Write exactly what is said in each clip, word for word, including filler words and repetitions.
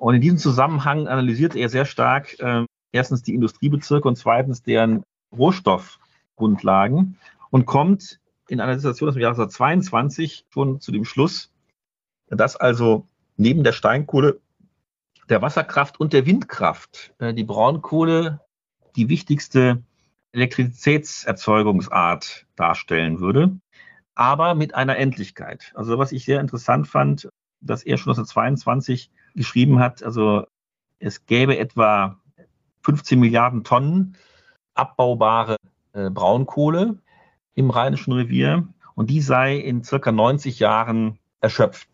Und in diesem Zusammenhang analysiert er sehr stark äh, erstens die Industriebezirke und zweitens deren Rohstoffgrundlagen und kommt in einer Dissertation aus dem Jahr neunzehnhundertzweiundzwanzig schon zu dem Schluss, dass also neben der Steinkohle, der Wasserkraft und der Windkraft äh, die Braunkohle die wichtigste Elektrizitätserzeugungsart darstellen würde, aber mit einer Endlichkeit. Also was ich sehr interessant fand, dass er schon neunzehnhundertzweiundzwanzig geschrieben hat, also es gäbe etwa fünfzehn Milliarden Tonnen abbaubare äh, Braunkohle im Rheinischen Revier und die sei in circa neunzig Jahren erschöpft.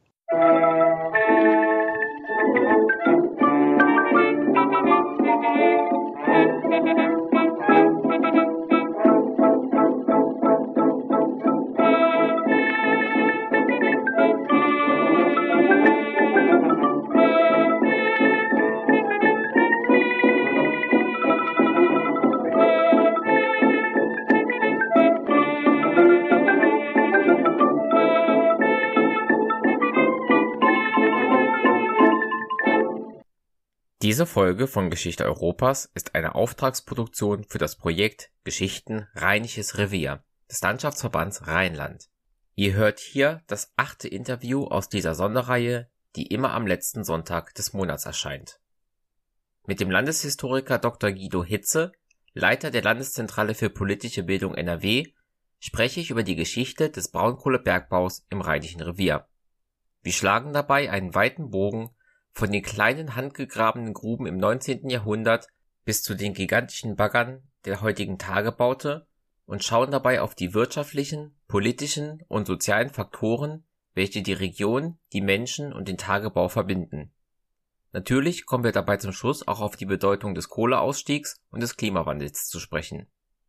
Diese Folge von Geschichte Europas ist eine Auftragsproduktion für das Projekt Geschichten Rheinisches Revier des Landschaftsverbands Rheinland. Ihr hört hier das achte Interview aus dieser Sonderreihe, die immer am letzten Sonntag des Monats erscheint. Mit dem Landeshistoriker Doktor Guido Hitze, Leiter der Landeszentrale für politische Bildung N R W, spreche ich über die Geschichte des Braunkohlebergbaus im Rheinischen Revier. Wir schlagen dabei einen weiten Bogen von den kleinen handgegrabenen Gruben im neunzehnten Jahrhundert bis zu den gigantischen Baggern der heutigen Tagebaute und schauen dabei auf die wirtschaftlichen, politischen und sozialen Faktoren, welche die Region, die Menschen und den Tagebau verbinden. Natürlich kommen wir dabei zum Schluss auch auf die Bedeutung des Kohleausstiegs und des Klimawandels zu sprechen.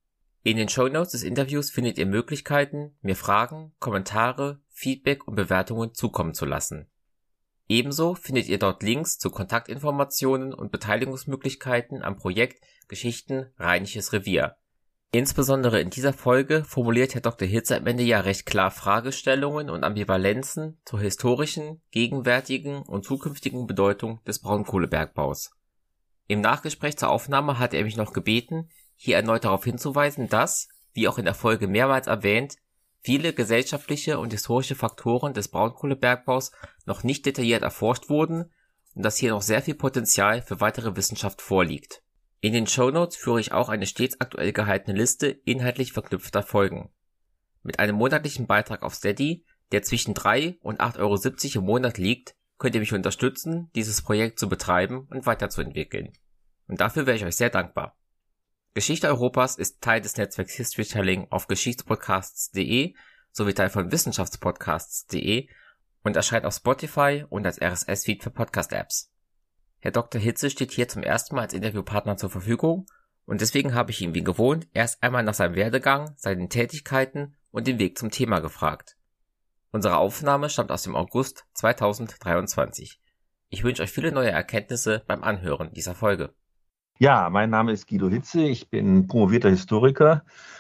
In den Shownotes des Interviews findet ihr Möglichkeiten, mir Fragen, Kommentare, Feedback und Bewertungen zukommen zu lassen. Ebenso findet ihr dort Links zu Kontaktinformationen und Beteiligungsmöglichkeiten am Projekt Geschichten Rheinisches Revier. Insbesondere in dieser Folge formuliert Herr Doktor Hitze am Ende ja recht klar Fragestellungen und Ambivalenzen zur historischen, gegenwärtigen und zukünftigen Bedeutung des Braunkohlebergbaus. Im Nachgespräch zur Aufnahme hat er mich noch gebeten, hier erneut darauf hinzuweisen, dass, wie auch in der Folge mehrmals erwähnt, viele gesellschaftliche und historische Faktoren des Braunkohlebergbaus noch nicht detailliert erforscht wurden und dass hier noch sehr viel Potenzial für weitere Wissenschaft vorliegt. In den Shownotes führe ich auch eine stets aktuell gehaltene Liste inhaltlich verknüpfter Folgen. Mit einem monatlichen Beitrag auf Steady, der zwischen drei und acht Euro siebzig im Monat liegt, könnt ihr mich unterstützen, dieses Projekt zu betreiben und weiterzuentwickeln. Und dafür wäre ich euch sehr dankbar. Geschichte Europas ist Teil des Netzwerks Historytelling auf geschichtspodcasts punkt de sowie Teil von wissenschaftspodcasts punkt de und erscheint auf Spotify und als R S S-Feed für Podcast-Apps. Herr Doktor Hitze steht hier zum ersten Mal als Interviewpartner zur Verfügung und deswegen habe ich ihn wie gewohnt erst einmal nach seinem Werdegang, seinen Tätigkeiten und dem Weg zum Thema gefragt. Unsere Aufnahme stammt aus dem August zweitausenddreiundzwanzig. Ich wünsche euch viele neue Erkenntnisse beim Anhören dieser Folge. Ja, mein Name ist Guido Hitze, ich bin promovierter Historiker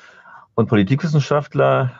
und Politikwissenschaftler,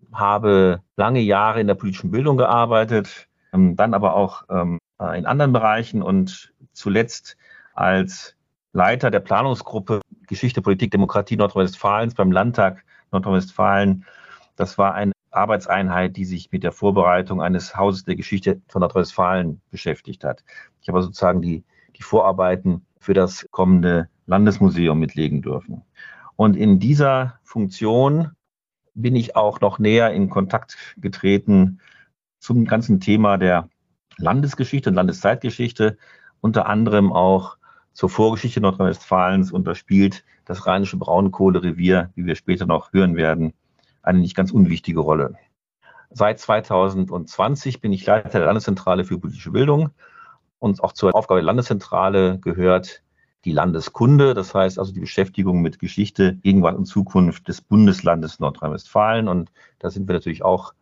habe lange Jahre in der politischen Bildung gearbeitet, dann aber auch in anderen Bereichen und zuletzt als Leiter der Planungsgruppe Geschichte, Politik, Demokratie Nordrhein-Westfalens beim Landtag Nordrhein-Westfalen. Das war eine Arbeitseinheit, die sich mit der Vorbereitung eines Hauses der Geschichte von Nordrhein-Westfalen beschäftigt hat. Ich habe sozusagen die, die Vorarbeiten für das kommende Landesmuseum mitlegen dürfen. Und in dieser Funktion bin ich auch noch näher in Kontakt getreten zum ganzen Thema der Landesgeschichte und Landeszeitgeschichte, unter anderem auch zur Vorgeschichte Nordrhein-Westfalens, und da spielt das Rheinische Braunkohlerevier, wie wir später noch hören werden, eine nicht ganz unwichtige Rolle. Seit zweitausendzwanzig bin ich Leiter der Landeszentrale für politische Bildung. Und auch zur Aufgabe der Landeszentrale gehört die Landeskunde, das heißt also die Beschäftigung mit Geschichte, Gegenwart und Zukunft des Bundeslandes Nordrhein-Westfalen. Und da sind wir natürlich auch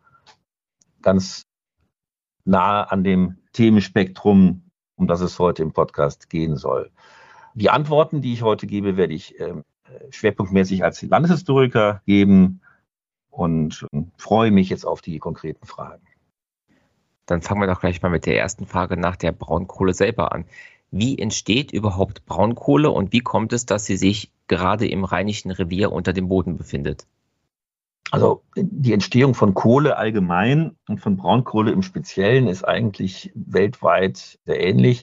ganz nahe an dem Themenspektrum, um das es heute im Podcast gehen soll. Die Antworten, die ich heute gebe, werde ich äh, schwerpunktmäßig als Landeshistoriker geben und äh, freue mich jetzt auf die konkreten Fragen. Dann fangen wir doch gleich mal mit der ersten Frage nach der Braunkohle selber an. Wie entsteht überhaupt Braunkohle und wie kommt es, dass sie sich gerade im Rheinischen Revier unter dem Boden befindet? Also die Entstehung von Kohle allgemein und von Braunkohle im Speziellen ist eigentlich weltweit sehr ähnlich.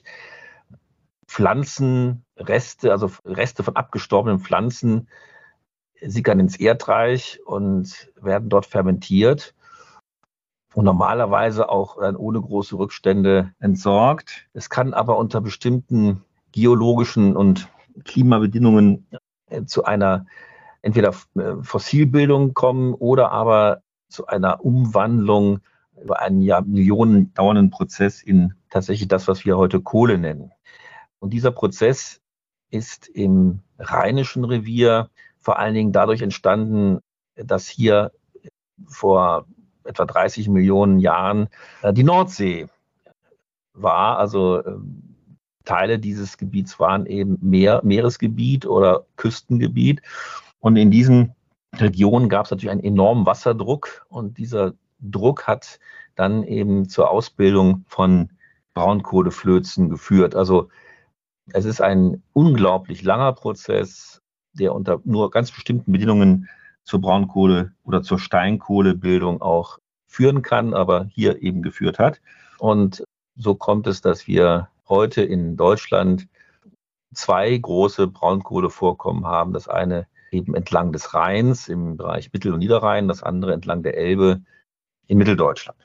Pflanzenreste, also Reste von abgestorbenen Pflanzen, sickern ins Erdreich und werden dort fermentiert und normalerweise auch dann ohne große Rückstände entsorgt. Es kann aber unter bestimmten geologischen und Klimabedingungen zu einer entweder Fossilbildung kommen oder aber zu einer Umwandlung über einen Jahr Millionen dauernden Prozess in tatsächlich das, was wir heute Kohle nennen. Und dieser Prozess ist im Rheinischen Revier vor allen Dingen dadurch entstanden, dass hier vor etwa dreißig Millionen Jahren die Nordsee war. Also Teile dieses Gebiets waren eben Meer, Meeresgebiet oder Küstengebiet. Und in diesen Regionen gab es natürlich einen enormen Wasserdruck. Und dieser Druck hat dann eben zur Ausbildung von Braunkohleflözen geführt. Also es ist ein unglaublich langer Prozess, der unter nur ganz bestimmten Bedingungen zur Braunkohle oder zur Steinkohlebildung auch führen kann, aber hier eben geführt hat. Und so kommt es, dass wir heute in Deutschland zwei große Braunkohlevorkommen haben. Das eine eben entlang des Rheins im Bereich Mittel- und Niederrhein, das andere entlang der Elbe in Mitteldeutschland.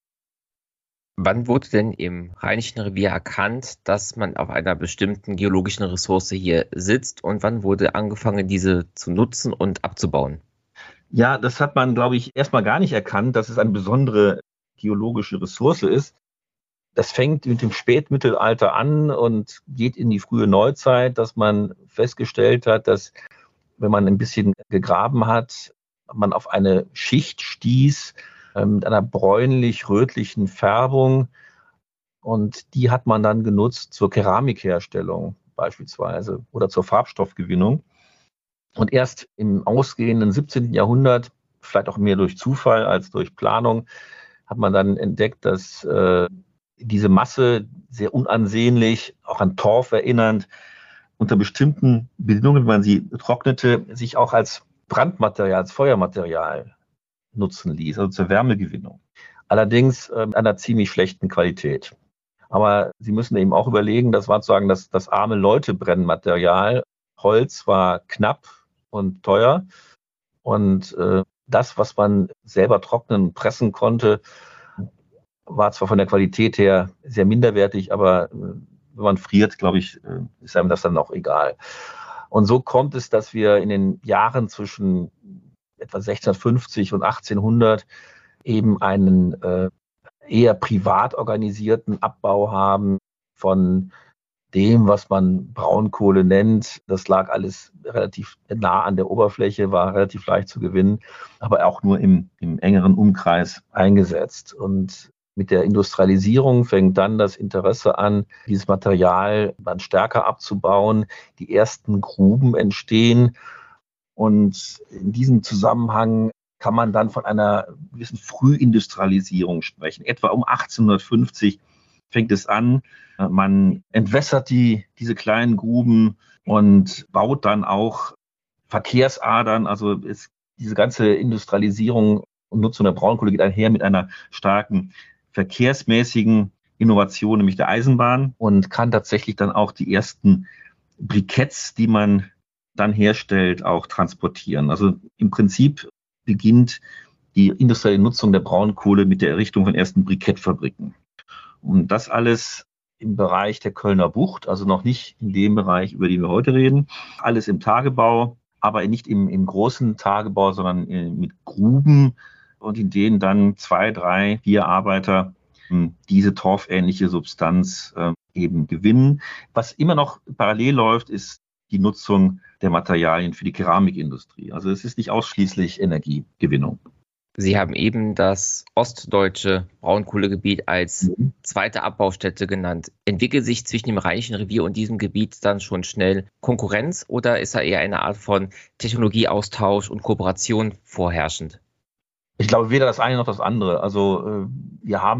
Wann wurde denn im Rheinischen Revier erkannt, dass man auf einer bestimmten geologischen Ressource hier sitzt und wann wurde angefangen, diese zu nutzen und abzubauen? Ja, das hat man, glaube ich, erstmal gar nicht erkannt, dass es eine besondere geologische Ressource ist. Das fängt mit dem Spätmittelalter an und geht in die frühe Neuzeit, dass man festgestellt hat, dass, wenn man ein bisschen gegraben hat, man auf eine Schicht stieß äh, mit einer bräunlich-rötlichen Färbung. Und die hat man dann genutzt zur Keramikherstellung beispielsweise oder zur Farbstoffgewinnung. Und erst im ausgehenden siebzehnten Jahrhundert, vielleicht auch mehr durch Zufall als durch Planung, hat man dann entdeckt, dass äh, diese Masse sehr unansehnlich, auch an Torf erinnernd, unter bestimmten Bedingungen, wenn man sie trocknete, sich auch als Brandmaterial, als Feuermaterial nutzen ließ, also zur Wärmegewinnung. Allerdings äh, einer ziemlich schlechten Qualität. Aber Sie müssen eben auch überlegen, das war sozusagen das, das arme Leute-Brennmaterial. Holz war knapp und teuer. Und äh, das, was man selber trocknen und pressen konnte, war zwar von der Qualität her sehr minderwertig, aber äh, wenn man friert, glaube ich, äh, ist einem das dann auch egal. Und so kommt es, dass wir in den Jahren zwischen etwa sechzehnhundertfünfzig und achtzehnhundert eben einen äh, eher privat organisierten Abbau haben von dem, was man Braunkohle nennt. Das lag alles relativ nah an der Oberfläche, war relativ leicht zu gewinnen, aber auch nur im, im engeren Umkreis eingesetzt. Und mit der Industrialisierung fängt dann das Interesse an, dieses Material dann stärker abzubauen. Die ersten Gruben entstehen. Und in diesem Zusammenhang kann man dann von einer gewissen Frühindustrialisierung sprechen. Etwa um achtzehnhundertfünfzig fängt es an. Man entwässert die, diese kleinen Gruben und baut dann auch Verkehrsadern. Also ist diese ganze Industrialisierung und Nutzung der Braunkohle geht einher mit einer starken verkehrsmäßigen Innovation, nämlich der Eisenbahn, und kann tatsächlich dann auch die ersten Briketts, die man dann herstellt, auch transportieren. Also im Prinzip beginnt die industrielle Nutzung der Braunkohle mit der Errichtung von ersten Brikettfabriken. Und das alles im Bereich der Kölner Bucht, also noch nicht in dem Bereich, über den wir heute reden. Alles im Tagebau, aber nicht im, im großen Tagebau, sondern mit Gruben und in denen dann zwei, drei, vier Arbeiter diese torfähnliche Substanz äh, eben gewinnen. Was immer noch parallel läuft, ist die Nutzung der Materialien für die Keramikindustrie. Also es ist nicht ausschließlich Energiegewinnung. Sie haben eben das ostdeutsche Braunkohlegebiet als mhm. zweite Abbaustätte genannt. Entwickelt sich zwischen dem Rheinischen Revier und diesem Gebiet dann schon schnell Konkurrenz oder ist da eher eine Art von Technologieaustausch und Kooperation vorherrschend? Ich glaube, weder das eine noch das andere. Also wir haben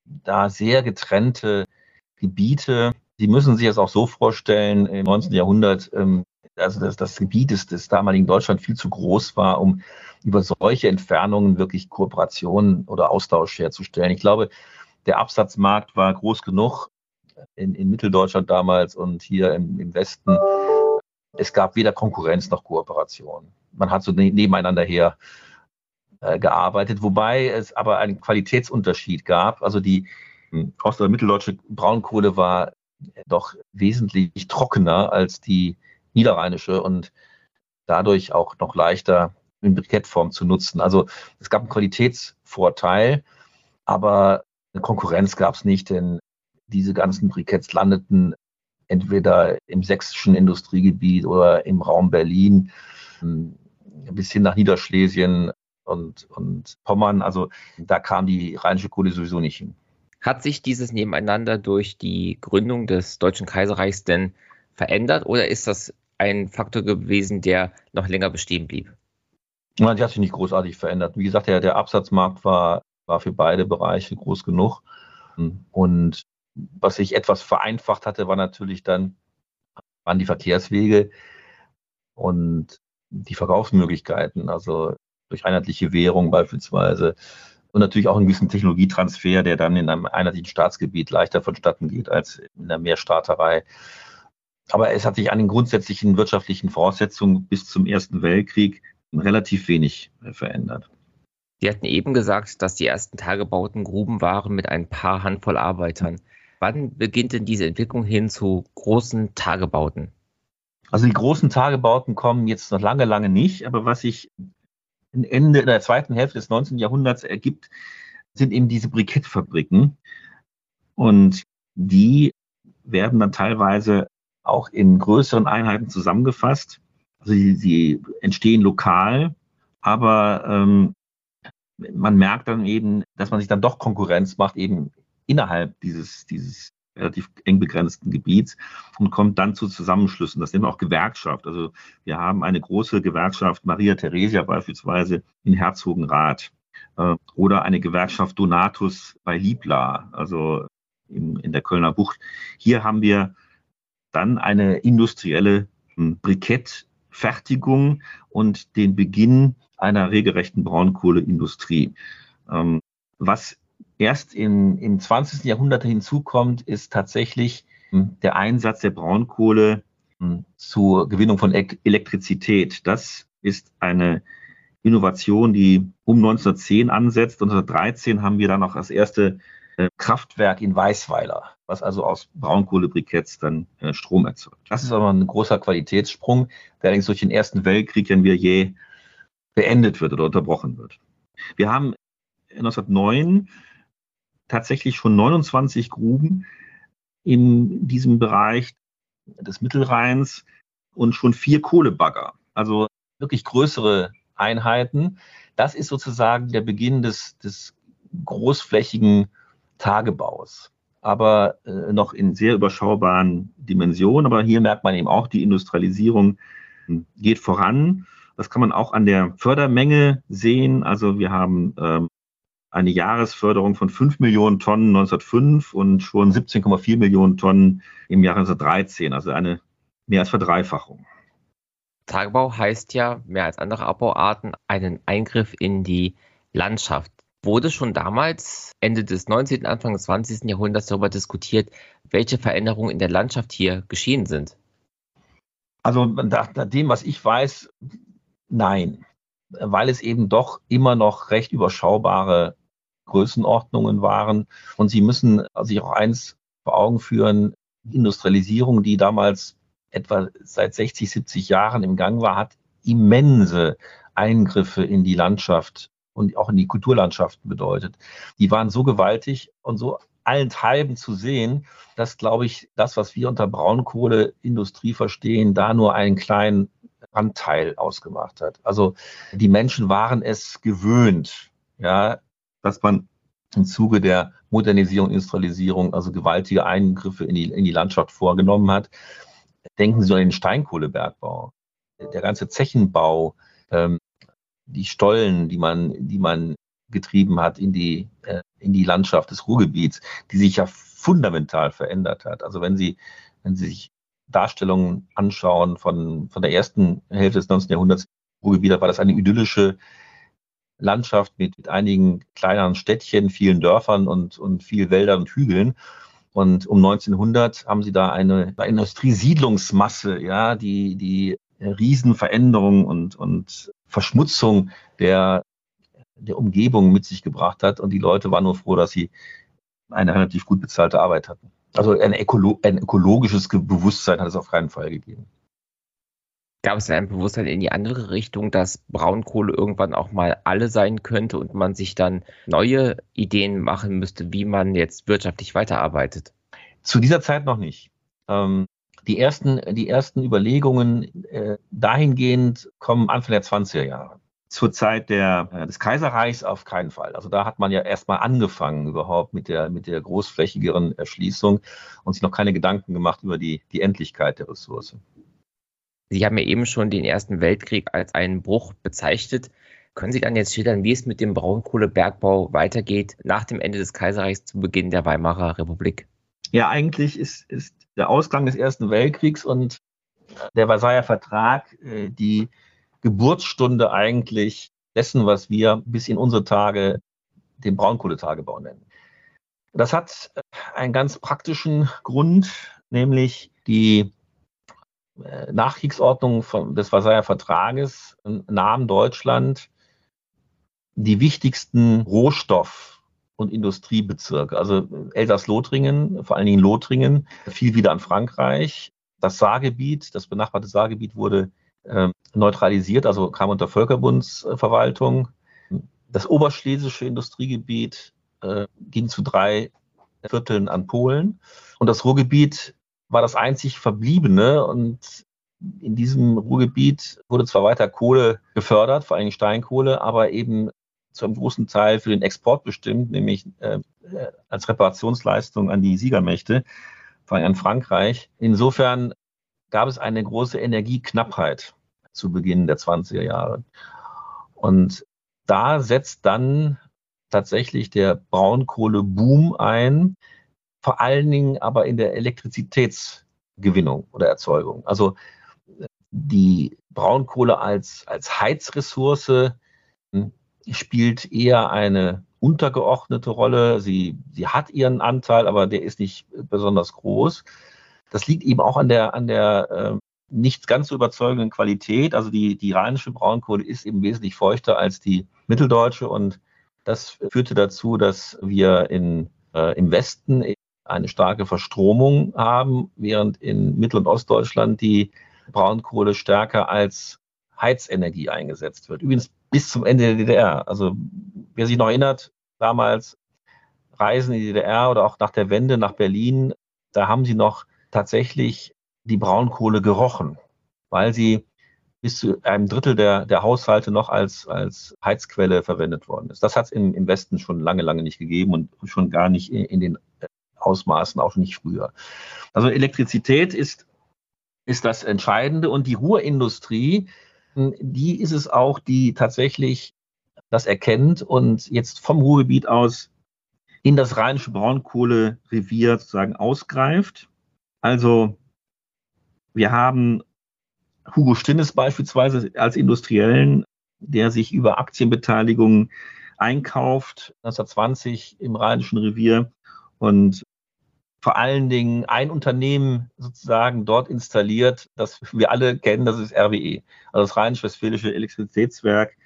da sehr getrennte Gebiete. Sie müssen sich das auch so vorstellen, im neunzehnten Jahrhundert, ähm, also dass das Gebiet des, des damaligen Deutschland viel zu groß war, um über solche Entfernungen wirklich Kooperation oder Austausch herzustellen. Ich glaube, der Absatzmarkt war groß genug in, in Mitteldeutschland damals und hier im, im Westen. Es gab weder Konkurrenz noch Kooperation. Man hat so ne- nebeneinander her äh, gearbeitet, wobei es aber einen Qualitätsunterschied gab. Also die hm, ost- oder mitteldeutsche Braunkohle war doch wesentlich trockener als die niederrheinische und dadurch auch noch leichter in Brikettform zu nutzen. Also es gab einen Qualitätsvorteil, aber eine Konkurrenz gab es nicht, denn diese ganzen Briketts landeten entweder im sächsischen Industriegebiet oder im Raum Berlin hm, bis hin nach Niederschlesien und, und Pommern. Also da kam die rheinische Kohle sowieso nicht hin. Hat sich dieses Nebeneinander durch die Gründung des Deutschen Kaiserreichs denn verändert oder ist das ein Faktor gewesen, der noch länger bestehen blieb? Nein, die hat sich nicht großartig verändert. Wie gesagt, der, der Absatzmarkt war, war für beide Bereiche groß genug. Und was sich etwas vereinfacht hatte, war natürlich dann, waren die Verkehrswege und die Verkaufsmöglichkeiten, also durch einheitliche Währung beispielsweise. Und natürlich auch einen gewissen Technologietransfer, der dann in einem einheitlichen Staatsgebiet leichter vonstatten geht als in der Mehrstaaterei. Aber es hat sich an den grundsätzlichen wirtschaftlichen Voraussetzungen bis zum Ersten Weltkrieg relativ wenig verändert. Sie hatten eben gesagt, dass die ersten Tagebauten Gruben waren mit ein paar Handvoll Arbeitern. Wann beginnt denn diese Entwicklung hin zu großen Tagebauten? Also die großen Tagebauten kommen jetzt noch lange, lange nicht. Aber was sich Ende der zweiten Hälfte des neunzehnten Jahrhunderts ergibt, sind eben diese Brikettfabriken. Und die werden dann teilweise auch in größeren Einheiten zusammengefasst. Also sie, sie entstehen lokal, aber ähm, man merkt dann eben, dass man sich dann doch Konkurrenz macht, eben innerhalb dieses, dieses relativ eng begrenzten Gebiets und kommt dann zu Zusammenschlüssen. Das nennen wir auch Gewerkschaft. Also wir haben eine große Gewerkschaft, Maria Theresia beispielsweise in Herzogenrath äh, oder eine Gewerkschaft Donatus bei Liebla, also in, in der Kölner Bucht. Hier haben wir dann eine industrielle hm, Brikettfertigung und den Beginn einer regelrechten Braunkohleindustrie. Ähm, was erst im, im zwanzigsten Jahrhundert hinzukommt, ist tatsächlich hm, der Einsatz der Braunkohle hm, zur Gewinnung von e- Elektrizität. Das ist eine Innovation, die um neunzehnhundertzehn ansetzt. neunzehnhundertdreizehn haben wir dann auch das erste äh, Kraftwerk in Weißweiler, was also aus Braunkohlebriketts dann äh, Strom erzeugt. Das ist aber ein großer Qualitätssprung, der allerdings durch den Ersten Weltkrieg dann wieder je beendet wird oder unterbrochen wird. Wir haben neunzehnhundertneun tatsächlich schon neunundzwanzig Gruben in diesem Bereich des Mittelrheins und schon vier Kohlebagger, also wirklich größere Einheiten. Das ist sozusagen der Beginn des, des großflächigen Tagebaus, aber äh, noch in sehr überschaubaren Dimensionen. Aber hier merkt man eben auch, die Industrialisierung geht voran. Das kann man auch an der Fördermenge sehen. Also wir haben ähm, eine Jahresförderung von fünf Millionen Tonnen neunzehnhundertfünf und schon siebzehn Komma vier Millionen Tonnen im Jahr neunzehnhundertdreizehn, also eine mehr als Verdreifachung. Tagebau heißt ja, mehr als andere Abbauarten, einen Eingriff in die Landschaft. Wurde schon damals, Ende des neunzehnten, Anfang des zwanzigsten Jahrhunderts darüber diskutiert, welche Veränderungen in der Landschaft hier geschehen sind? Also nach, nach dem, was ich weiß, nein, weil es eben doch immer noch recht überschaubare Größenordnungen waren. Und Sie müssen sich auch eins vor Augen führen, die Industrialisierung, die damals etwa seit sechzig, siebzig Jahren im Gang war, hat immense Eingriffe in die Landschaft und auch in die Kulturlandschaften bedeutet. Die waren so gewaltig und so allenthalben zu sehen, dass, glaube ich, das, was wir unter Braunkohleindustrie verstehen, da nur einen kleinen Anteil ausgemacht hat. Also die Menschen waren es gewöhnt, ja, dass man im Zuge der Modernisierung, Industrialisierung, also gewaltige Eingriffe in die, in die Landschaft vorgenommen hat. Denken Sie an den Steinkohlebergbau, der ganze Zechenbau, ähm, die Stollen, die man, die man getrieben hat in die, äh, in die Landschaft des Ruhrgebiets, die sich ja fundamental verändert hat. Also wenn Sie, wenn Sie sich Darstellungen anschauen von, von der ersten Hälfte des neunzehnten Jahrhunderts im Ruhrgebiet, da war das eine idyllische Landschaft mit, mit einigen kleineren Städtchen, vielen Dörfern und, und viel Wäldern und Hügeln. Und um neunzehnhundert haben Sie da eine, eine Industriesiedlungsmasse, ja, die, die Riesenveränderung und, und Verschmutzung der, der Umgebung mit sich gebracht hat. Und die Leute waren nur froh, dass sie eine relativ gut bezahlte Arbeit hatten. Also ein, Ökolo- ein ökologisches Bewusstsein hat es auf keinen Fall gegeben. Gab es ein Bewusstsein in die andere Richtung, dass Braunkohle irgendwann auch mal alle sein könnte und man sich dann neue Ideen machen müsste, wie man jetzt wirtschaftlich weiterarbeitet? Zu dieser Zeit noch nicht. Ähm, die ersten, die ersten Überlegungen äh, dahingehend kommen Anfang der zwanziger Jahre. Zur Zeit der, äh, des Kaiserreichs auf keinen Fall. Also da hat man ja erstmal angefangen überhaupt mit der, mit der großflächigeren Erschließung und sich noch keine Gedanken gemacht über die, die Endlichkeit der Ressource. Sie haben ja eben schon den Ersten Weltkrieg als einen Bruch bezeichnet. Können Sie dann jetzt schildern, wie es mit dem Braunkohlebergbau weitergeht nach dem Ende des Kaiserreichs zu Beginn der Weimarer Republik? Ja, eigentlich ist, ist der Ausgang des Ersten Weltkriegs und der Versailler Vertrag äh, die Geburtsstunde eigentlich dessen, was wir bis in unsere Tage den Braunkohletagebau nennen. Das hat einen ganz praktischen Grund, nämlich die Nachkriegsordnung von, des Versailler Vertrages nahm Deutschland die wichtigsten Rohstoff- und Industriebezirke, also Elsass-Lothringen, vor allen Dingen Lothringen, fiel wieder an Frankreich. Das Saargebiet, das benachbarte Saargebiet wurde äh, neutralisiert, also kam unter Völkerbundsverwaltung. Das oberschlesische Industriegebiet äh, ging zu drei Vierteln an Polen und das Ruhrgebiet war das einzig verbliebene und in diesem Ruhrgebiet wurde zwar weiter Kohle gefördert, vor allem Steinkohle, aber eben zu einem großen Teil für den Export bestimmt, nämlich äh, als Reparationsleistung an die Siegermächte, vor allem an Frankreich. Insofern gab es eine große Energieknappheit zu Beginn der zwanziger Jahre. Und da setzt dann tatsächlich der Braunkohleboom ein, vor allen Dingen aber in der Elektrizitätsgewinnung oder Erzeugung. Also die Braunkohle als, als Heizressource spielt eher eine untergeordnete Rolle. Sie, sie hat ihren Anteil, aber der ist nicht besonders groß. Das liegt eben auch an der, an der äh, nicht ganz so überzeugenden Qualität. Also die, die rheinische Braunkohle ist eben wesentlich feuchter als die mitteldeutsche und das führte dazu, dass wir in, äh, im Westen eine starke Verstromung haben, während in Mittel- und Ostdeutschland die Braunkohle stärker als Heizenergie eingesetzt wird. Übrigens bis zum Ende der D D R. Also wer sich noch erinnert, damals Reisen in die D D R oder auch nach der Wende nach Berlin, da haben sie noch tatsächlich die Braunkohle gerochen, weil sie bis zu einem Drittel der, der Haushalte noch als, als Heizquelle verwendet worden ist. Das hat es im, im Westen schon lange, lange nicht gegeben und schon gar nicht in, in den Ausmaßen, auch nicht früher. Also Elektrizität ist, ist das Entscheidende und die Ruhrindustrie, die ist es auch, die tatsächlich das erkennt und jetzt vom Ruhrgebiet aus in das rheinische Braunkohlerevier sozusagen ausgreift. Also wir haben Hugo Stinnes beispielsweise als Industriellen, der sich über Aktienbeteiligungen einkauft, neunzehnhundertzwanzig im Rheinischen Revier und vor allen Dingen ein Unternehmen sozusagen dort installiert, das wir alle kennen, das ist R W E, also das Rheinisch-Westfälische Elektrizitätswerk.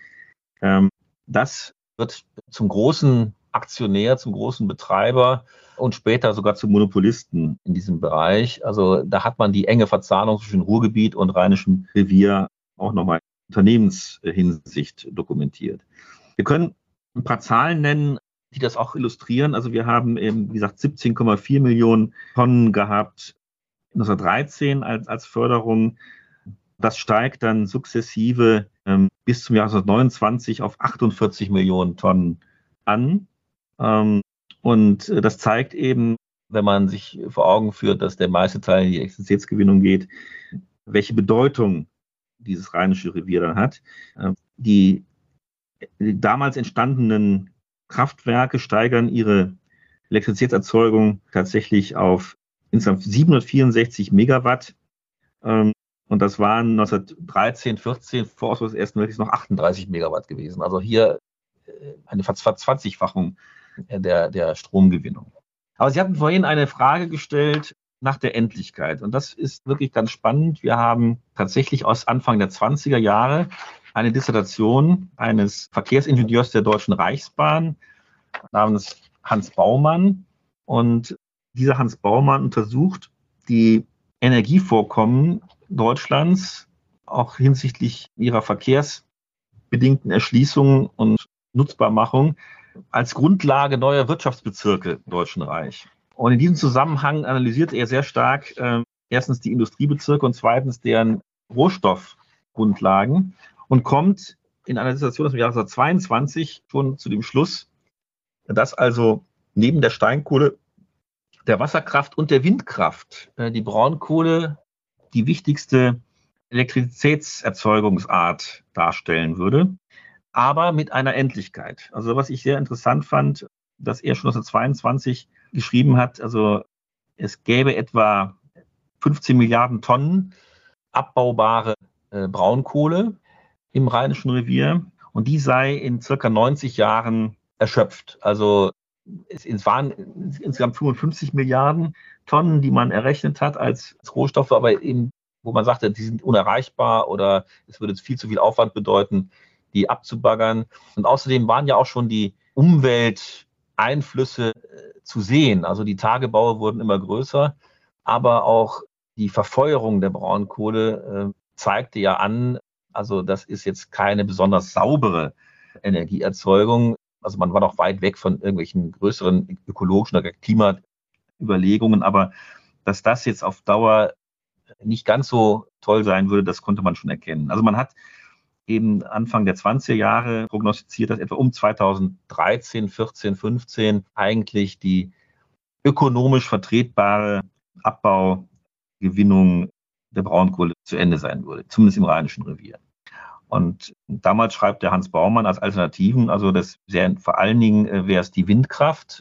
Das wird zum großen Aktionär, zum großen Betreiber und später sogar zum Monopolisten in diesem Bereich. Also da hat man die enge Verzahnung zwischen Ruhrgebiet und Rheinischem Revier auch nochmal in Unternehmenshinsicht dokumentiert. Wir können ein paar Zahlen nennen, die das auch illustrieren. Also wir haben eben, wie gesagt, siebzehn Komma vier Millionen Tonnen gehabt neunzehnhundertdreizehn als, als Förderung. Das steigt dann sukzessive ähm, bis zum Jahr neunzehnhundertneunundzwanzig auf achtundvierzig Millionen Tonnen an. Ähm, und das zeigt eben, wenn man sich vor Augen führt, dass der meiste Teil in die Elektrizitätsgewinnung geht, welche Bedeutung dieses rheinische Revier dann hat. Ähm, die, die damals entstandenen Kraftwerke steigern ihre Elektrizitätserzeugung tatsächlich auf insgesamt siebenhundertvierundsechzig Megawatt. Und das waren neunzehnhundertdreizehn, vierzehn vor Ausbruch des Ersten Weltkriegs noch achtunddreißig Megawatt gewesen. Also hier eine Verzwanzigfachung der, der Stromgewinnung. Aber Sie hatten vorhin eine Frage gestellt nach der Endlichkeit. Und das ist wirklich ganz spannend. Wir haben tatsächlich aus Anfang der zwanziger Jahre eine Dissertation eines Verkehrsingenieurs der Deutschen Reichsbahn namens Hans Baumann. Und dieser Hans Baumann untersucht die Energievorkommen Deutschlands auch hinsichtlich ihrer verkehrsbedingten Erschließung und Nutzbarmachung als Grundlage neuer Wirtschaftsbezirke im Deutschen Reich. Und in diesem Zusammenhang analysiert er sehr stark äh, erstens die Industriebezirke und zweitens deren Rohstoffgrundlagen und kommt in einer Dissertation aus dem Jahr neunzehnhundertzweiundzwanzig schon zu dem Schluss, dass also neben der Steinkohle, der Wasserkraft und der Windkraft äh, die Braunkohle die wichtigste Elektrizitätserzeugungsart darstellen würde, aber mit einer Endlichkeit. Also was ich sehr interessant fand, dass er schon neunzehnhundertzweiundzwanzig geschrieben hat, also es gäbe etwa fünfzehn Milliarden Tonnen abbaubare äh, Braunkohle im Rheinischen Revier und die sei in circa neunzig Jahren erschöpft. Also es, es waren insgesamt fünfundfünfzig Milliarden Tonnen, die man errechnet hat als, als Rohstoffe, aber eben, wo man sagte, die sind unerreichbar oder es würde viel zu viel Aufwand bedeuten, die abzubaggern. Und außerdem waren ja auch schon die Umwelteinflüsse äh, zu sehen. Also die Tagebaue wurden immer größer, aber auch die Verfeuerung der Braunkohle äh, zeigte ja an, also das ist jetzt keine besonders saubere Energieerzeugung. Also man war noch weit weg von irgendwelchen größeren ökologischen oder Klimaüberlegungen, aber dass das jetzt auf Dauer nicht ganz so toll sein würde, das konnte man schon erkennen. Also man hat eben Anfang der zwanziger Jahre prognostiziert, dass etwa um zweitausenddreizehn, vierzehn, fünfzehn eigentlich die ökonomisch vertretbare Abbaugewinnung der Braunkohle zu Ende sein würde, zumindest im Rheinischen Revier. Und damals schreibt der Hans Baumann als Alternativen, also das sehr, vor allen Dingen äh, wäre es die Windkraft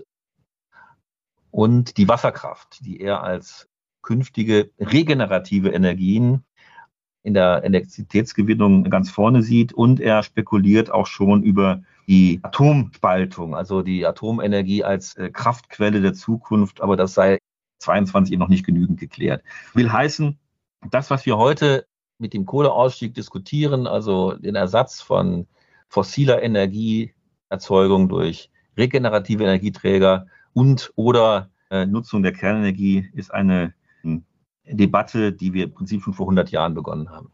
und die Wasserkraft, die er als künftige regenerative Energien in der Elektrizitätsgewinnung ganz vorne sieht. Und er spekuliert auch schon über die Atomspaltung, also die Atomenergie als äh, Kraftquelle der Zukunft. Aber das sei zweiundzwanzig noch nicht genügend geklärt. Will heißen, das, was wir heute mit dem Kohleausstieg diskutieren, also den Ersatz von fossiler Energieerzeugung durch regenerative Energieträger und oder äh, Nutzung der Kernenergie, ist eine äh, Debatte, die wir im Prinzip schon vor hundert Jahren begonnen haben.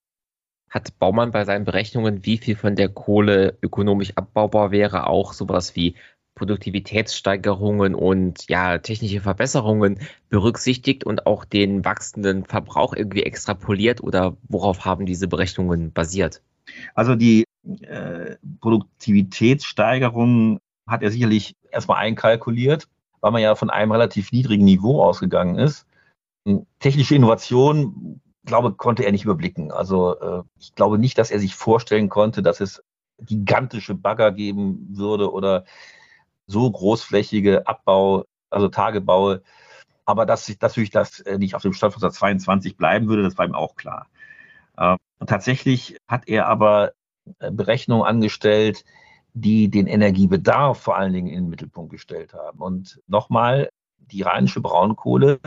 Hat Baumann bei seinen Berechnungen, wie viel von der Kohle ökonomisch abbaubar wäre, auch sowas wie Produktivitätssteigerungen und ja technische Verbesserungen berücksichtigt und auch den wachsenden Verbrauch irgendwie extrapoliert, oder worauf haben diese Berechnungen basiert? Also die äh, Produktivitätssteigerung hat er sicherlich erstmal einkalkuliert, weil man ja von einem relativ niedrigen Niveau ausgegangen ist. Technische Innovation, glaube konnte er nicht überblicken. Also äh, ich glaube nicht, dass er sich vorstellen konnte, dass es gigantische Bagger geben würde oder so großflächige Abbau, also Tagebaue, aber dass sich natürlich das nicht auf dem Stand von neunzehnhundertzweiundzwanzig bleiben würde, das war ihm auch klar. Äh, tatsächlich hat er aber Berechnungen angestellt, die den Energiebedarf vor allen Dingen in den Mittelpunkt gestellt haben. Und nochmal, die rheinische Braunkohle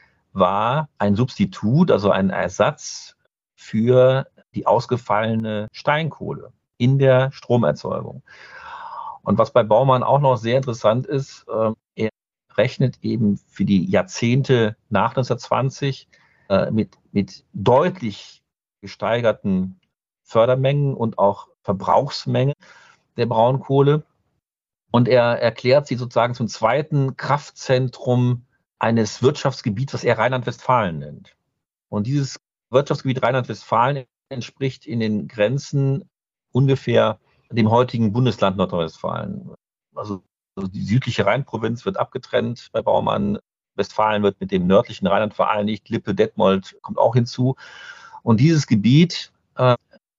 war ein Substitut, also ein Ersatz für die ausgefallene Steinkohle in der Stromerzeugung. Und was bei Baumann auch noch sehr interessant ist, äh, er rechnet eben für die Jahrzehnte nach neunzehnhundertzwanzig äh, mit, mit deutlich gesteigerten Fördermengen und auch Verbrauchsmengen der Braunkohle. Und er erklärt sie sozusagen zum zweiten Kraftzentrum eines Wirtschaftsgebiets, was er Rheinland-Westfalen nennt. Und dieses Wirtschaftsgebiet Rheinland-Westfalen entspricht in den Grenzen ungefähr dem heutigen Bundesland Nordrhein-Westfalen. Also die südliche Rheinprovinz wird abgetrennt bei Baumann. Westfalen wird mit dem nördlichen Rheinland vereinigt. Lippe, Detmold kommt auch hinzu. Und dieses Gebiet äh,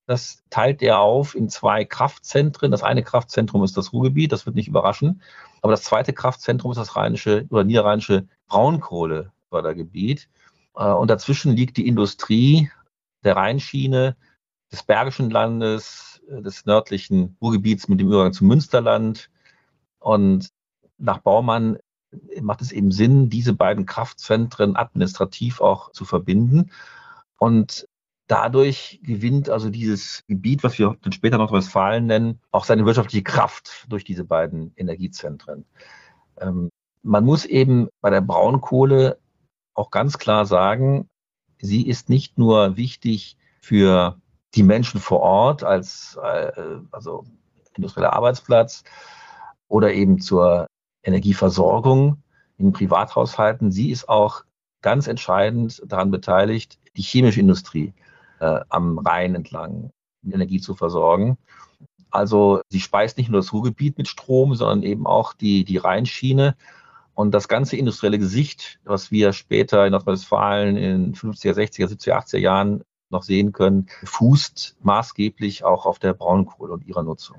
Das teilt er auf in zwei Kraftzentren. Das eine Kraftzentrum ist das Ruhrgebiet, das wird nicht überraschen. Aber das zweite Kraftzentrum ist das rheinische oder niederrheinische Braunkohlefördergebiet. Und dazwischen liegt die Industrie der Rheinschiene, des Bergischen Landes, des nördlichen Ruhrgebiets mit dem Übergang zum Münsterland. Und nach Baumann macht es eben Sinn, diese beiden Kraftzentren administrativ auch zu verbinden. Und dadurch gewinnt also dieses Gebiet, was wir dann später Nordrhein-Westfalen nennen, auch seine wirtschaftliche Kraft durch diese beiden Energiezentren. Ähm, man muss eben bei der Braunkohle auch ganz klar sagen, sie ist nicht nur wichtig für die Menschen vor Ort als äh, also industrieller Arbeitsplatz oder eben zur Energieversorgung in Privathaushalten. Sie ist auch ganz entscheidend daran beteiligt, die chemische Industrie äh, am Rhein entlang mit Energie zu versorgen. Also sie speist nicht nur das Ruhrgebiet mit Strom, sondern eben auch die, die Rheinschiene. Und das ganze industrielle Gesicht, was wir später in Nordrhein-Westfalen in fünfziger, sechziger, siebziger, achtziger Jahren noch sehen können, fußt maßgeblich auch auf der Braunkohle und ihrer Nutzung.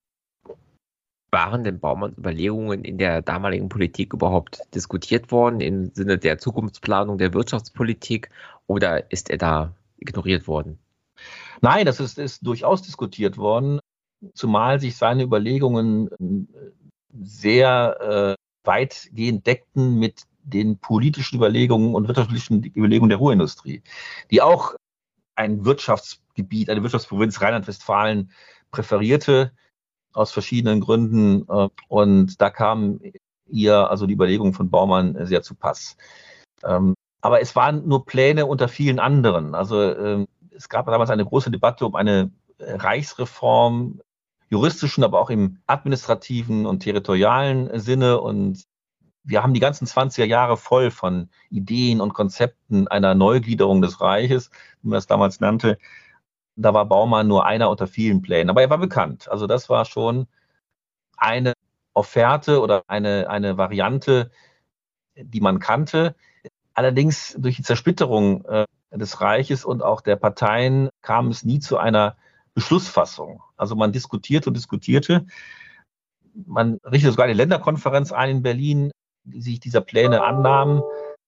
Waren denn Baumanns Überlegungen in der damaligen Politik überhaupt diskutiert worden im Sinne der Zukunftsplanung der Wirtschaftspolitik oder ist er da ignoriert worden? Nein, das ist, ist durchaus diskutiert worden, zumal sich seine Überlegungen sehr äh, weitgehend deckten mit den politischen Überlegungen und wirtschaftlichen Überlegungen der Ruhrindustrie, die auch ein Wirtschaftsgebiet, eine Wirtschaftsprovinz Rheinland-Westfalen präferierte, aus verschiedenen Gründen. Und da kam ihr also die Überlegungen von Baumann sehr zu Pass. Aber es waren nur Pläne unter vielen anderen. Also es gab damals eine große Debatte um eine Reichsreform, juristischen, aber auch im administrativen und territorialen Sinne. Und wir haben die ganzen zwanziger Jahre voll von Ideen und Konzepten einer Neugliederung des Reiches, wie man das damals nannte. Da war Baumann nur einer unter vielen Plänen, aber er war bekannt. Also das war schon eine Offerte oder eine, eine Variante, die man kannte. Allerdings durch die Zersplitterung äh, des Reiches und auch der Parteien kam es nie zu einer Beschlussfassung. Also man diskutierte und diskutierte. Man richtete sogar eine Länderkonferenz ein in Berlin, die sich dieser Pläne annahmen.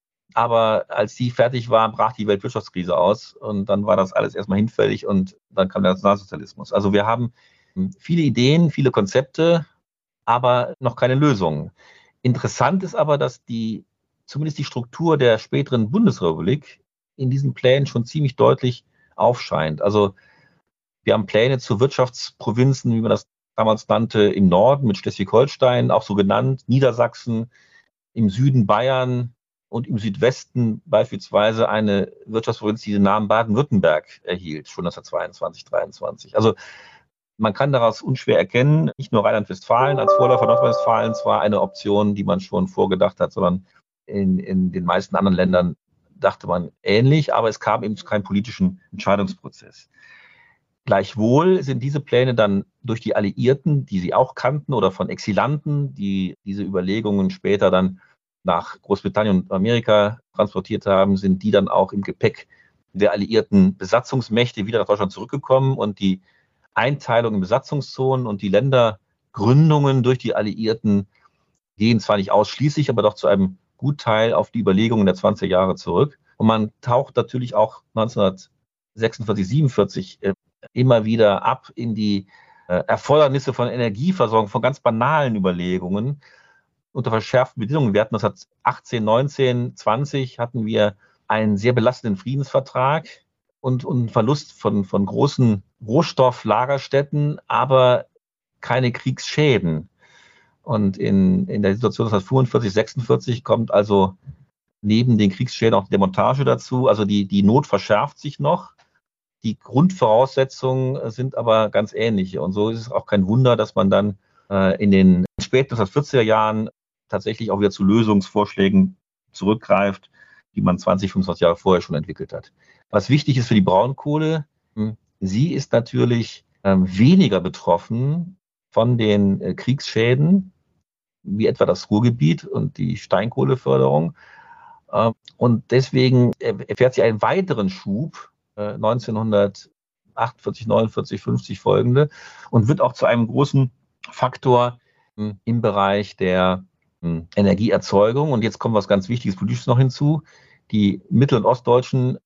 Aber als die fertig war, brach die Weltwirtschaftskrise aus und dann war das alles erstmal hinfällig und dann kam der Nationalsozialismus. Also wir haben viele Ideen, viele Konzepte, aber noch keine Lösungen. Interessant ist aber, dass die zumindest die Struktur der späteren Bundesrepublik in diesen Plänen schon ziemlich deutlich aufscheint. Also wir haben Pläne zu Wirtschaftsprovinzen, wie man das damals nannte, im Norden mit Schleswig-Holstein, auch so genannt, Niedersachsen, im Süden Bayern, und im Südwesten beispielsweise eine Wirtschaftsprovinz, die den Namen Baden-Württemberg erhielt, schon neunzehnhundertzweiundzwanzig, dreiundzwanzig. Also man kann daraus unschwer erkennen, nicht nur Rheinland-Westfalen als Vorläufer Nordrhein-Westfalens war eine Option, die man schon vorgedacht hat, sondern in, in den meisten anderen Ländern dachte man ähnlich, aber es kam eben zu keinem politischen Entscheidungsprozess. Gleichwohl sind diese Pläne dann durch die Alliierten, die sie auch kannten, oder von Exilanten, die diese Überlegungen später dann nach Großbritannien und Amerika transportiert haben, sind die dann auch im Gepäck der alliierten Besatzungsmächte wieder nach Deutschland zurückgekommen und die Einteilung in Besatzungszonen und die Ländergründungen durch die Alliierten gehen zwar nicht ausschließlich, aber doch zu einem Gutteil auf die Überlegungen der zwanziger Jahre zurück. Und man taucht natürlich auch neunzehnhundertsechsundvierzig, siebenundvierzig äh, immer wieder ab in die äh, Erfordernisse von Energieversorgung, von ganz banalen Überlegungen, unter verschärften Bedingungen. Wir hatten neunzehnhundertachtzehn, neunzehn, zwanzig hatten wir einen sehr belastenden Friedensvertrag und, und einen Verlust von, von großen Rohstofflagerstätten, aber keine Kriegsschäden. Und in, in der Situation neunzehnhundertfünfundvierzig, sechsundvierzig kommt also neben den Kriegsschäden auch die Demontage dazu. Also die, die Not verschärft sich noch. Die Grundvoraussetzungen sind aber ganz ähnliche. Und so ist es auch kein Wunder, dass man dann äh, in den späten neunzehnhundertvierziger Jahren tatsächlich auch wieder zu Lösungsvorschlägen zurückgreift, die man zwanzig, fünfundzwanzig Jahre vorher schon entwickelt hat. Was wichtig ist für die Braunkohle, sie ist natürlich ähm, weniger betroffen von den äh, Kriegsschäden, wie etwa das Ruhrgebiet und die Steinkohleförderung. Äh, und deswegen erfährt sie einen weiteren Schub äh, neunzehnhundertachtzig, achtundvierzig, neunundvierzig, fünfzig folgende und wird auch zu einem großen Faktor im Bereich der Energieerzeugung. Und jetzt kommt was ganz Wichtiges Politisches noch hinzu. Die mittel- und ostdeutschen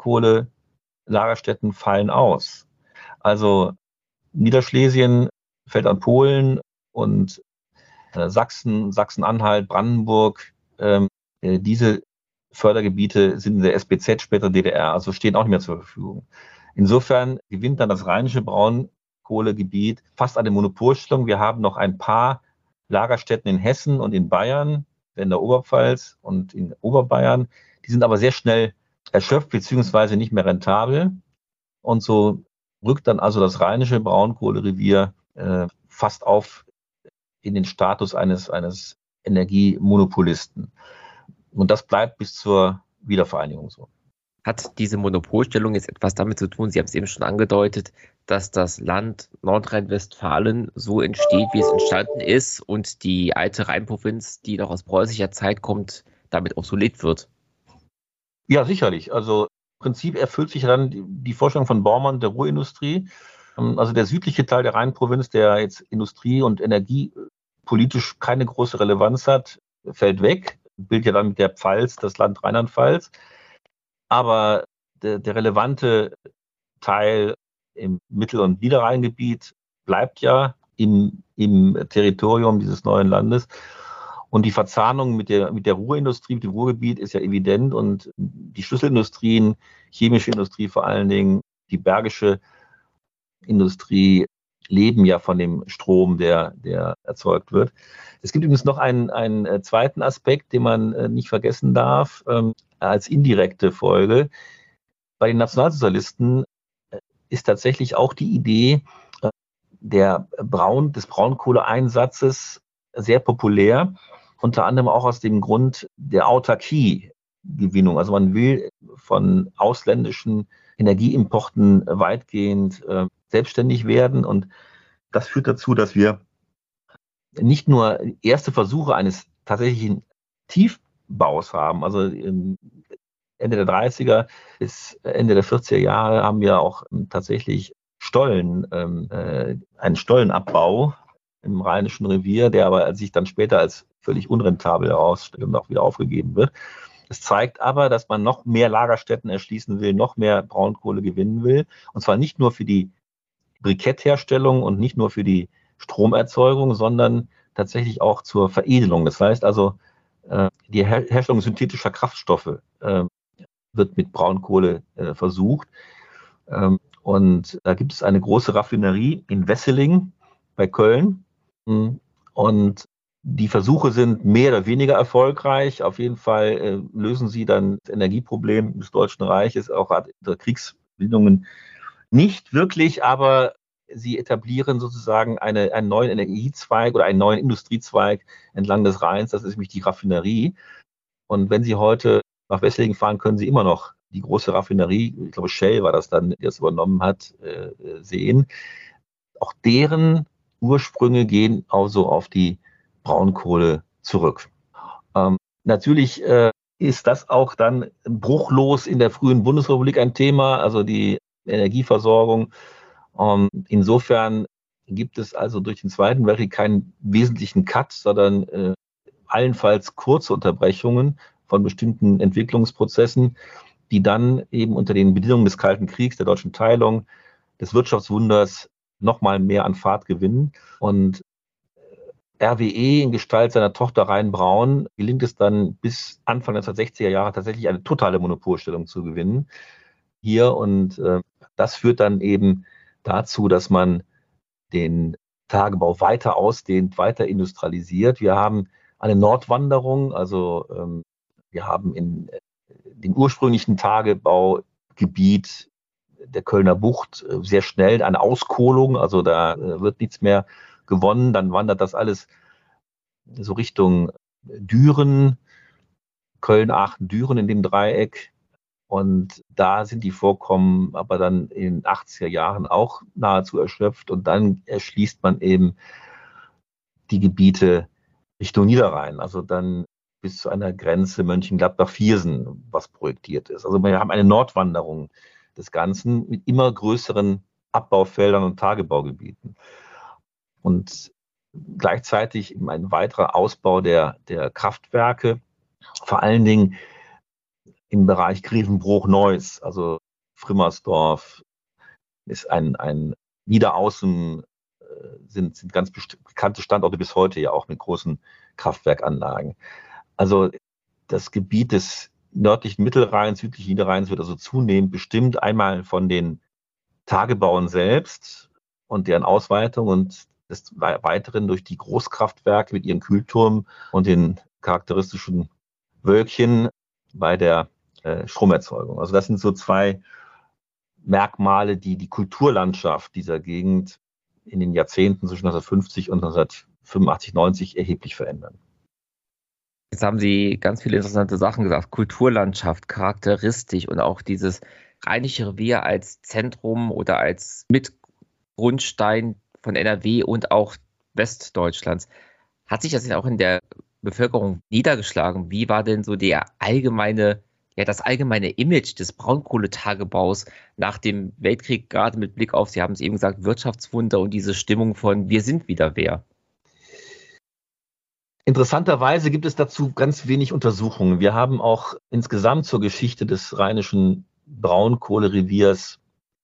Braunkohlelagerstätten fallen aus. Also Niederschlesien fällt an Polen und Sachsen, Sachsen-Anhalt, Brandenburg, ähm, diese Fördergebiete sind in der S B Z, später D D R, also stehen auch nicht mehr zur Verfügung. Insofern gewinnt dann das rheinische Braunkohlegebiet fast eine Monopolstellung. Wir haben noch ein paar Lagerstätten in Hessen und in Bayern, in der Oberpfalz und in Oberbayern. Die sind aber sehr schnell erschöpft beziehungsweise nicht mehr rentabel. Und so rückt dann also das rheinische Braunkohlerevier äh, fast auf in den Status eines, eines Energiemonopolisten. Und das bleibt bis zur Wiedervereinigung so. Hat diese Monopolstellung jetzt etwas damit zu tun, Sie haben es eben schon angedeutet, dass das Land Nordrhein-Westfalen so entsteht, wie es entstanden ist und die alte Rheinprovinz, die noch aus preußischer Zeit kommt, damit obsolet wird? Ja, sicherlich. Also im Prinzip erfüllt sich dann die, die Vorstellung von Bormann der Ruhrindustrie. Also der südliche Teil der Rheinprovinz, der jetzt Industrie- und energiepolitisch keine große Relevanz hat, fällt weg. Bildet ja dann mit der Pfalz das Land Rheinland-Pfalz. Aber der, der relevante Teil im Mittel- und Niederrheingebiet bleibt ja im, im Territorium dieses neuen Landes. Und die Verzahnung mit der, mit der Ruhrindustrie, mit dem Ruhrgebiet ist ja evident. Und die Schlüsselindustrien, chemische Industrie vor allen Dingen, die bergische Industrie leben ja von dem Strom, der, der erzeugt wird. Es gibt übrigens noch einen, einen zweiten Aspekt, den man nicht vergessen darf, ähm, als indirekte Folge. Bei den Nationalsozialisten ist tatsächlich auch die Idee äh, der Braun, des Braunkohleeinsatzes sehr populär, unter anderem auch aus dem Grund der Autarkiegewinnung. Also man will von ausländischen Energieimporten weitgehend äh, selbstständig werden. Und das führt dazu, dass wir nicht nur erste Versuche eines tatsächlichen Tiefbaus haben. Also Ende der dreißiger bis Ende der vierziger Jahre haben wir auch tatsächlich Stollen, äh, einen Stollenabbau im Rheinischen Revier, der aber sich dann später als völlig unrentabel herausstellt und auch wieder aufgegeben wird. Es zeigt aber, dass man noch mehr Lagerstätten erschließen will, noch mehr Braunkohle gewinnen will. Und zwar nicht nur für die Brikettherstellung und nicht nur für die Stromerzeugung, sondern tatsächlich auch zur Veredelung. Das heißt also, äh, die Her- Herstellung synthetischer Kraftstoffe äh, wird mit Braunkohle äh, versucht. Ähm, und da gibt es eine große Raffinerie in Wesseling bei Köln. Und die Versuche sind mehr oder weniger erfolgreich. Auf jeden Fall äh, lösen sie dann das Energieproblem des Deutschen Reiches, auch der Kriegsbildungen, nicht wirklich, aber sie etablieren sozusagen eine, einen neuen Energiezweig oder einen neuen Industriezweig entlang des Rheins. Das ist nämlich die Raffinerie. Und wenn Sie heute nach Wesseling fahren, können Sie immer noch die große Raffinerie, ich glaube Shell war das dann, die das übernommen hat, äh, sehen. Auch deren Ursprünge gehen also auf die Braunkohle zurück. Ähm, natürlich äh, ist das auch dann bruchlos in der frühen Bundesrepublik ein Thema, also die Energieversorgung. Ähm, insofern gibt es also durch den Zweiten Weltkrieg keinen wesentlichen Cut, sondern äh, allenfalls kurze Unterbrechungen von bestimmten Entwicklungsprozessen, die dann eben unter den Bedingungen des Kalten Kriegs, der deutschen Teilung, des Wirtschaftswunders nochmal mehr an Fahrt gewinnen. Und R W E in Gestalt seiner Tochter Rhein-Braun gelingt es dann bis Anfang neunzehnhundertsechziger Jahre tatsächlich eine totale Monopolstellung zu gewinnen hier. Und äh, das führt dann eben dazu, dass man den Tagebau weiter ausdehnt, weiter industrialisiert. Wir haben eine Nordwanderung, also ähm, wir haben in äh, dem ursprünglichen Tagebaugebiet der Kölner Bucht äh, sehr schnell eine Auskohlung, also da äh, wird nichts mehr gewonnen, dann wandert das alles so Richtung Düren, Köln, Aachen, Düren in dem Dreieck. Und da sind die Vorkommen aber dann in den achtziger Jahren auch nahezu erschöpft. Und dann erschließt man eben die Gebiete Richtung Niederrhein, also dann bis zu einer Grenze Mönchengladbach-Viersen, was projektiert ist. Also wir haben eine Nordwanderung des Ganzen mit immer größeren Abbaufeldern und Tagebaugebieten. Und gleichzeitig eben ein weiterer Ausbau der, der Kraftwerke, vor allen Dingen im Bereich Grevenbroich-Neuss, also Frimmersdorf ist ein, ein Niederaußen, äh, sind, sind ganz bekannte Standorte bis heute ja auch mit großen Kraftwerkanlagen. Also das Gebiet des nördlichen Mittelrheins, südlichen Niederrheins wird also zunehmend bestimmt, einmal von den Tagebauen selbst und deren Ausweitung und des Weiteren durch die Großkraftwerke mit ihren Kühlturmen und den charakteristischen Wölkchen bei der äh, Stromerzeugung. Also das sind so zwei Merkmale, die die Kulturlandschaft dieser Gegend in den Jahrzehnten zwischen neunzehnhundertfünfzig und neunzehnhundertfünfundachtzig, neunzig erheblich verändern. Jetzt haben Sie ganz viele interessante Sachen gesagt. Kulturlandschaft, charakteristisch und auch dieses Rheinische Revier als Zentrum oder als Mitgrundstein von N R W und auch Westdeutschlands. Hat sich das denn auch in der Bevölkerung niedergeschlagen? Wie war denn so der allgemeine, ja, das allgemeine Image des Braunkohletagebaus nach dem Weltkrieg, gerade mit Blick auf, Sie haben es eben gesagt, Wirtschaftswunder und diese Stimmung von wir sind wieder wer? Interessanterweise gibt es dazu ganz wenig Untersuchungen. Wir haben auch insgesamt zur Geschichte des rheinischen Braunkohlereviers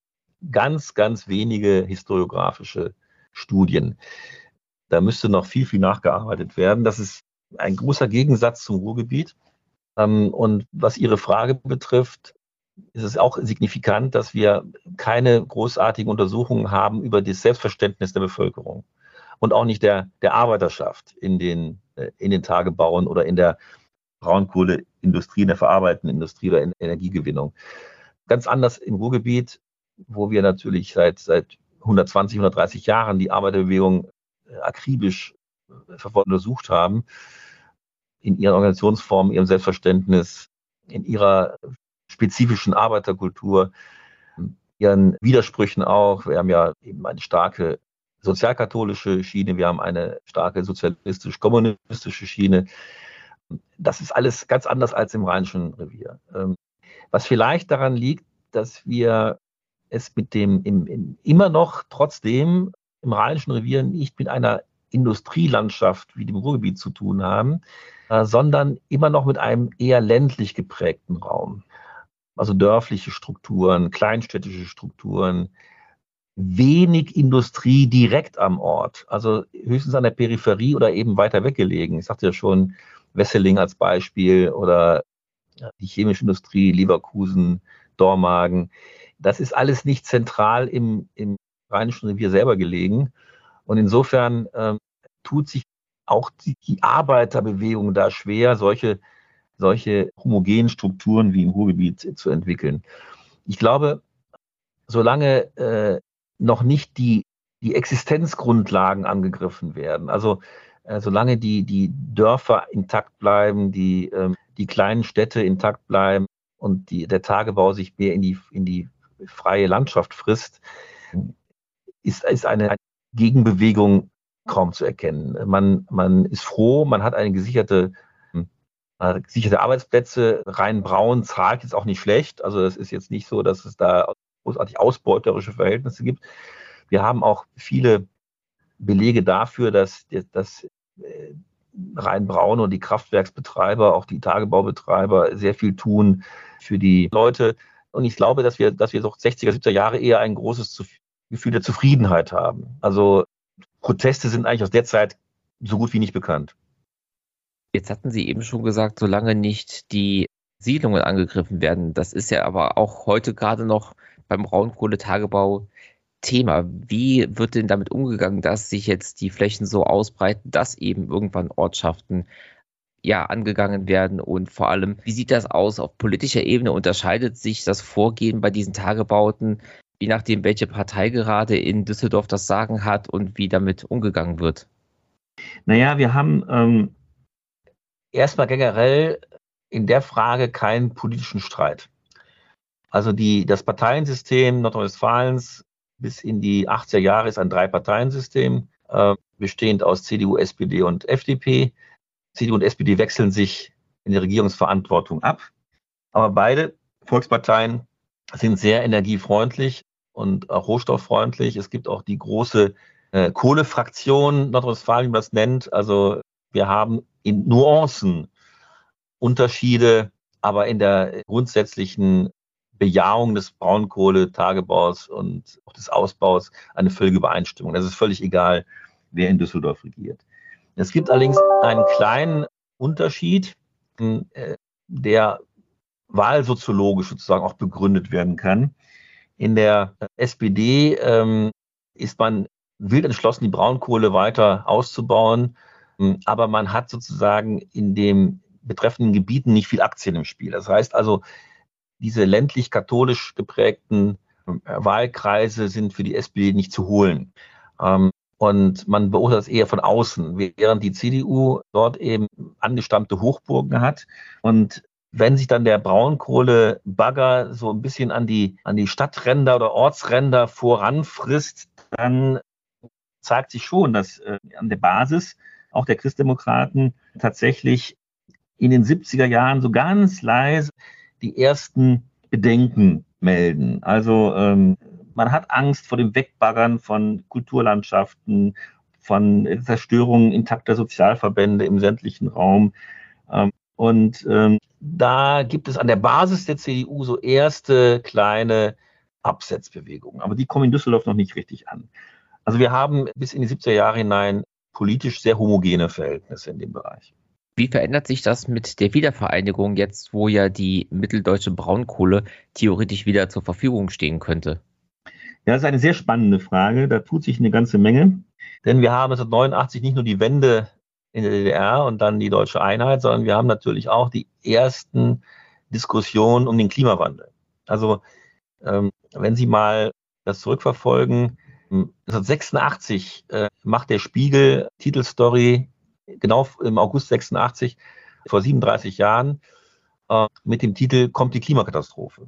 ganz, ganz wenige historiografische Studien. Da müsste noch viel, viel nachgearbeitet werden. Das ist ein großer Gegensatz zum Ruhrgebiet. Und was Ihre Frage betrifft, ist es auch signifikant, dass wir keine großartigen Untersuchungen haben über das Selbstverständnis der Bevölkerung und auch nicht der, der Arbeiterschaft in den, in den Tagebauen oder in der Braunkohleindustrie, in der verarbeitenden Industrie oder in Energiegewinnung. Ganz anders im Ruhrgebiet, wo wir natürlich seit, seit hundertzwanzig, hundertdreißig Jahren die Arbeiterbewegung akribisch untersucht haben, in ihrer Organisationsform, ihrem Selbstverständnis, in ihrer spezifischen Arbeiterkultur, ihren Widersprüchen auch. Wir haben ja eben eine starke sozialkatholische Schiene, wir haben eine starke sozialistisch-kommunistische Schiene. Das ist alles ganz anders als im Rheinischen Revier. Was vielleicht daran liegt, dass wir es mit dem im, im, immer noch trotzdem im Rheinischen Revier nicht mit einer Industrielandschaft wie dem Ruhrgebiet zu tun haben, äh, sondern immer noch mit einem eher ländlich geprägten Raum. Also dörfliche Strukturen, kleinstädtische Strukturen, wenig Industrie direkt am Ort, also höchstens an der Peripherie oder eben weiter weggelegen. Ich sagte ja schon, Wesseling als Beispiel oder die chemische Industrie, Leverkusen, Dormagen. Das ist alles nicht zentral im, im Rheinischen Revier selber gelegen. Und insofern ähm, tut sich auch die, die Arbeiterbewegung da schwer, solche, solche homogenen Strukturen wie im Ruhrgebiet zu entwickeln. Ich glaube, solange äh, noch nicht die, die Existenzgrundlagen angegriffen werden, also äh, solange die, die Dörfer intakt bleiben, die, ähm, die kleinen Städte intakt bleiben und die, der Tagebau sich mehr in die, in die freie Landschaft frisst, ist, ist eine, eine Gegenbewegung kaum zu erkennen. Man, man ist froh, man hat eine gesicherte, äh, gesicherte Arbeitsplätze. Rhein-Braun zahlt jetzt auch nicht schlecht. Also es ist jetzt nicht so, dass es da großartig ausbeuterische Verhältnisse gibt. Wir haben auch viele Belege dafür, dass, dass äh, Rhein-Braun und die Kraftwerksbetreiber, auch die Tagebaubetreiber sehr viel tun für die Leute. Und ich glaube, dass wir, dass wir doch sechziger, siebziger Jahre eher ein großes Gefühl der Zufriedenheit haben. Also Proteste sind eigentlich aus der Zeit so gut wie nicht bekannt. Jetzt hatten Sie eben schon gesagt, solange nicht die Siedlungen angegriffen werden. Das ist ja aber auch heute gerade noch beim Braunkohletagebau Thema. Wie wird denn damit umgegangen, dass sich jetzt die Flächen so ausbreiten, dass eben irgendwann Ortschaften ja angegangen werden? Und vor allem, wie sieht das aus auf politischer Ebene? Unterscheidet sich das Vorgehen bei diesen Tagebauten, je nachdem, welche Partei gerade in Düsseldorf das Sagen hat und wie damit umgegangen wird? Naja, wir haben ähm, erstmal generell in der Frage keinen politischen Streit. Also die, das Parteiensystem Nordrhein-Westfalens bis in die achtziger Jahre ist ein Drei-Parteien-System, äh, bestehend aus C D U, S P D und F D P. C D U und S P D wechseln sich in der Regierungsverantwortung ab, aber beide Volksparteien sind sehr energiefreundlich und auch rohstofffreundlich. Es gibt auch die große äh, Kohlefraktion Nordrhein-Westfalen, wie man das nennt. Also wir haben in Nuancen Unterschiede, aber in der grundsätzlichen Bejahung des Braunkohletagebaus und auch des Ausbaus eine völlige Übereinstimmung. Das ist völlig egal, wer in Düsseldorf regiert. Es gibt allerdings einen kleinen Unterschied, der wahlsoziologisch sozusagen auch begründet werden kann. In der S P D ähm, ist man wild entschlossen, die Braunkohle weiter auszubauen, aber man hat sozusagen in dem betreffenden Gebieten nicht viel Aktien im Spiel. Das heißt also, diese ländlich-katholisch geprägten Wahlkreise sind für die S P D nicht zu holen. Ähm, und man beurteilt das eher von außen, während die C D U dort eben angestammte Hochburgen hat. Und wenn sich dann der Braunkohlebagger so ein bisschen an die, an die Stadtränder oder Ortsränder voranfrisst, dann zeigt sich schon, dass äh, an der Basis auch der Christdemokraten tatsächlich in den siebziger Jahren so ganz leise die ersten Bedenken melden. Also ähm, man hat Angst vor dem Wegbaggern von Kulturlandschaften, von Zerstörung intakter Sozialverbände im ländlichen Raum. Ähm, und ähm, da gibt es an der Basis der C D U so erste kleine Absetzbewegungen. Aber die kommen in Düsseldorf noch nicht richtig an. Also wir haben bis in die siebziger Jahre hinein politisch sehr homogene Verhältnisse in dem Bereich. Wie verändert sich das mit der Wiedervereinigung jetzt, wo ja die mitteldeutsche Braunkohle theoretisch wieder zur Verfügung stehen könnte? Ja, das ist eine sehr spannende Frage. Da tut sich eine ganze Menge. Denn wir haben neunzehnhundertneunundachtzig nicht nur die Wende in der D D R und dann die deutsche Einheit, sondern wir haben natürlich auch die ersten Diskussionen um den Klimawandel. Also ähm, wenn Sie mal das zurückverfolgen, neunzehnhundertsechsundachtzig äh, macht der Spiegel Titelstory, genau im August sechsundachtzig, vor siebenunddreißig Jahren, äh, mit dem Titel Kommt die Klimakatastrophe.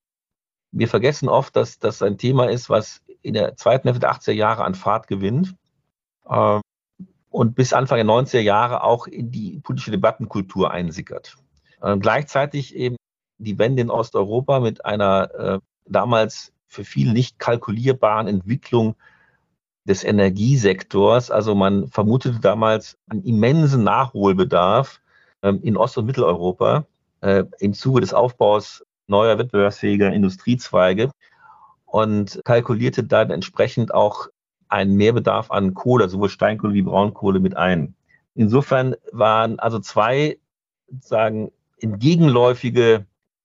Wir vergessen oft, dass das ein Thema ist, was in der zweiten Hälfte der achtziger Jahre an Fahrt gewinnt äh, und bis Anfang der neunziger Jahre auch in die politische Debattenkultur einsickert. Äh, gleichzeitig eben die Wende in Osteuropa mit einer äh, damals für viele nicht kalkulierbaren Entwicklung des Energiesektors. Also man vermutete damals einen immensen Nachholbedarf ähm, in Ost- und Mitteleuropa äh, im Zuge des Aufbaus neuer wettbewerbsfähiger Industriezweige und kalkulierte dann entsprechend auch einen Mehrbedarf an Kohle, sowohl Steinkohle wie Braunkohle mit ein. Insofern waren also zwei sozusagen entgegenläufige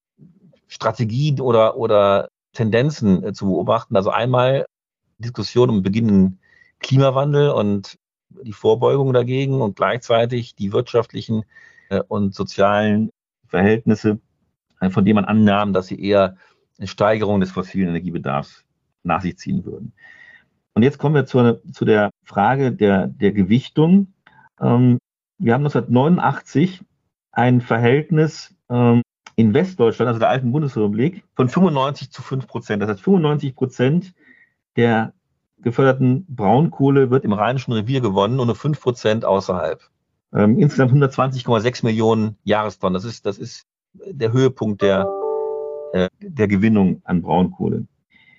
Strategien oder, oder Tendenzen äh, zu beobachten. Also einmal Diskussion um beginnenden Klimawandel und die Vorbeugung dagegen und gleichzeitig die wirtschaftlichen äh, und sozialen Verhältnisse, äh, von denen man annahm, dass sie eher eine Steigerung des fossilen Energiebedarfs nach sich ziehen würden. Und jetzt kommen wir zu, zu der Frage der, der Gewichtung. Ähm, wir haben neunzehnhundertneunundachtzig ein Verhältnis ähm, in Westdeutschland, also der alten Bundesrepublik, von fünfundneunzig zu fünf Prozent. Das heißt, fünfundneunzig Prozent der geförderten Braunkohle wird im Rheinischen Revier gewonnen und nur fünf Prozent außerhalb. Ähm, insgesamt hundertzwanzig Komma sechs Millionen Jahrestonnen. Das ist, das ist der Höhepunkt der, äh, der Gewinnung an Braunkohle.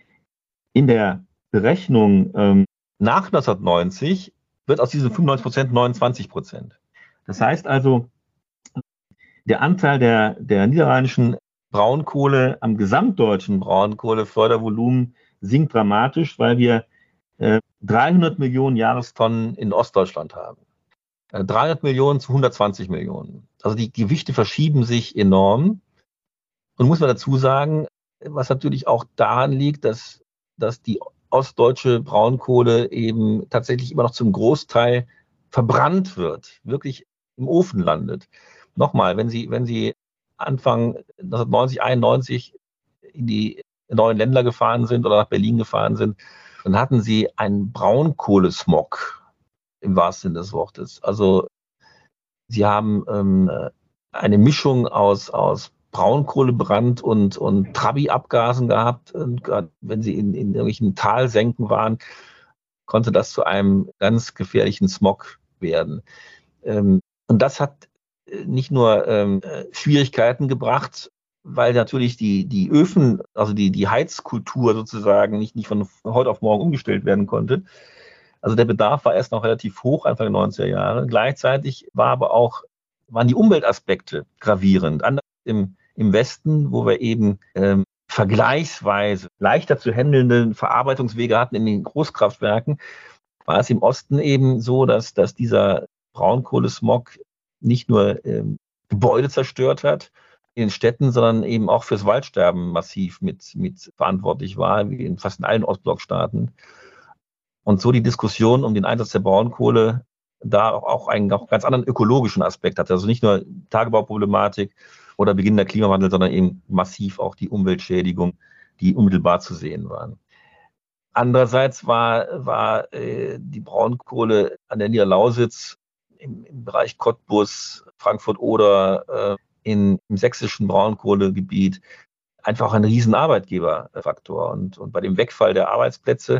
In der Berechnung ähm, nach neunzehnhundertneunzig wird aus diesen fünfundneunzig Prozent neunundzwanzig Prozent. Das heißt also, der Anteil der, der niederrheinischen Braunkohle am gesamtdeutschen Braunkohlefördervolumen sinkt dramatisch, weil wir äh, dreihundert Millionen Jahrestonnen in Ostdeutschland haben. Äh, dreihundert Millionen zu hundertzwanzig Millionen. Also die Gewichte verschieben sich enorm. Und muss man dazu sagen, was natürlich auch daran liegt, dass, dass die ostdeutsche Braunkohle eben tatsächlich immer noch zum Großteil verbrannt wird, wirklich im Ofen landet. Nochmal, wenn Sie, wenn Sie Anfang neunzehnhundertneunzig, einundneunzig in die neuen Länder gefahren sind oder nach Berlin gefahren sind, dann hatten Sie einen Braunkohlesmog im wahrsten Sinne des Wortes. Also Sie haben ähm, eine Mischung aus, aus Braunkohlebrand und, und Trabi-Abgasen gehabt. Und wenn Sie in, in irgendwelchen Talsenken waren, konnte das zu einem ganz gefährlichen Smog werden. Ähm, und das hat nicht nur ähm, Schwierigkeiten gebracht, weil natürlich die, die Öfen, also die, die Heizkultur sozusagen nicht, nicht von heute auf morgen umgestellt werden konnte. Also der Bedarf war erst noch relativ hoch, Anfang der neunziger Jahre. Gleichzeitig war aber auch, waren die Umweltaspekte gravierend. Anders im, im Westen, wo wir eben ähm, vergleichsweise leichter zu handelnde Verarbeitungswege hatten in den Großkraftwerken, war es im Osten eben so, dass, dass dieser Braunkohlesmog nicht nur ähm, Gebäude zerstört hat in den Städten, sondern eben auch fürs Waldsterben massiv mit, mit verantwortlich war, wie in fast in allen Ostblockstaaten. Und so die Diskussion um den Einsatz der Braunkohle da auch einen auch ganz anderen ökologischen Aspekt hatte. Also nicht nur Tagebauproblematik oder beginnender Klimawandel, sondern eben massiv auch die Umweltschädigung, die unmittelbar zu sehen waren. Andererseits war, war äh, die Braunkohle an der Niederlausitz im, im Bereich Cottbus, Frankfurt-Oder, äh, in, im sächsischen Braunkohlegebiet einfach ein riesen Arbeitgeberfaktor. Und, und bei dem Wegfall der Arbeitsplätze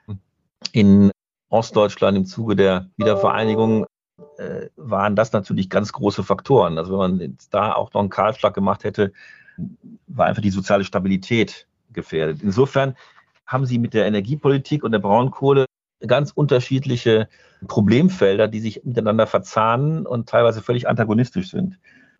in Ostdeutschland im Zuge der Wiedervereinigung äh, waren das natürlich ganz große Faktoren. Also wenn man jetzt da auch noch einen Kahlschlag gemacht hätte, war einfach die soziale Stabilität gefährdet. Insofern haben sie mit der Energiepolitik und der Braunkohle ganz unterschiedliche Problemfelder, die sich miteinander verzahnen und teilweise völlig antagonistisch sind.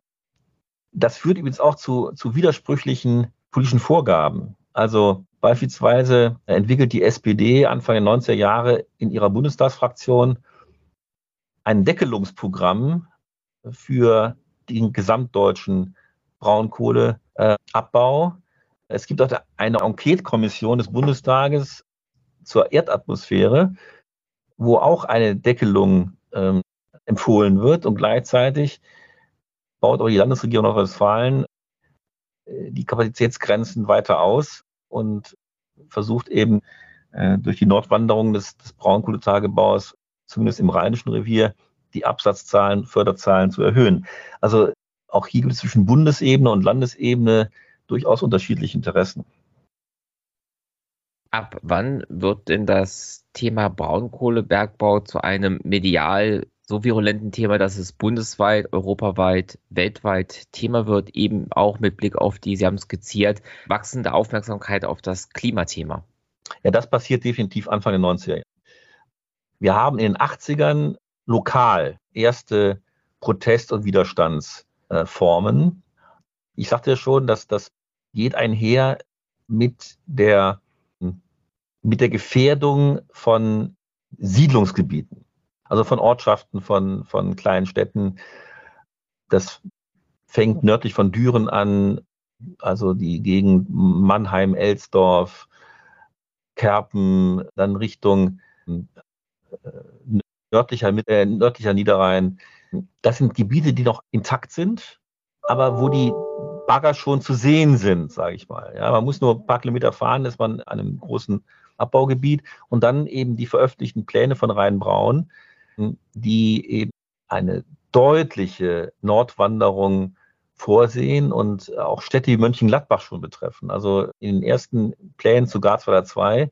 Das führt übrigens auch zu, zu widersprüchlichen politischen Vorgaben. Also beispielsweise entwickelt die S P D Anfang der neunziger Jahre in ihrer Bundestagsfraktion ein Deckelungsprogramm für den gesamtdeutschen Braunkohleabbau. Es gibt auch eine Enquete-Kommission des Bundestages zur Erdatmosphäre, wo auch eine Deckelung ähm, empfohlen wird. Und gleichzeitig baut auch die Landesregierung Nordrhein-Westfalen äh, die Kapazitätsgrenzen weiter aus und versucht eben äh, durch die Nordwanderung des, des Braunkohletagebaus, zumindest im Rheinischen Revier, die Absatzzahlen, Förderzahlen zu erhöhen. Also auch hier gibt es zwischen Bundesebene und Landesebene durchaus unterschiedliche Interessen. Ab wann wird denn das Thema Braunkohlebergbau zu einem medial so virulenten Thema, dass es bundesweit, europaweit, weltweit Thema wird, eben auch mit Blick auf die, Sie haben es skizziert, wachsende Aufmerksamkeit auf das Klimathema? Ja, das passiert definitiv Anfang der neunziger Jahre. Wir haben in den achtzigern lokal erste Protest- und Widerstandsformen. Ich sagte ja schon, dass das geht einher mit der, mit der Gefährdung von Siedlungsgebieten, also von Ortschaften, von, von kleinen Städten. Das fängt nördlich von Düren an, also die Gegend Mannheim, Elsdorf, Kerpen, dann Richtung nördlicher, äh, nördlicher Niederrhein. Das sind Gebiete, die noch intakt sind, aber wo die Bagger schon zu sehen sind, sage ich mal. Ja, man muss nur ein paar Kilometer fahren, ist man an einem großen Abbaugebiet und dann eben die veröffentlichten Pläne von Rhein-Braun, die eben eine deutliche Nordwanderung vorsehen und auch Städte wie Mönchengladbach schon betreffen. Also in den ersten Plänen zu Garzweiler zwei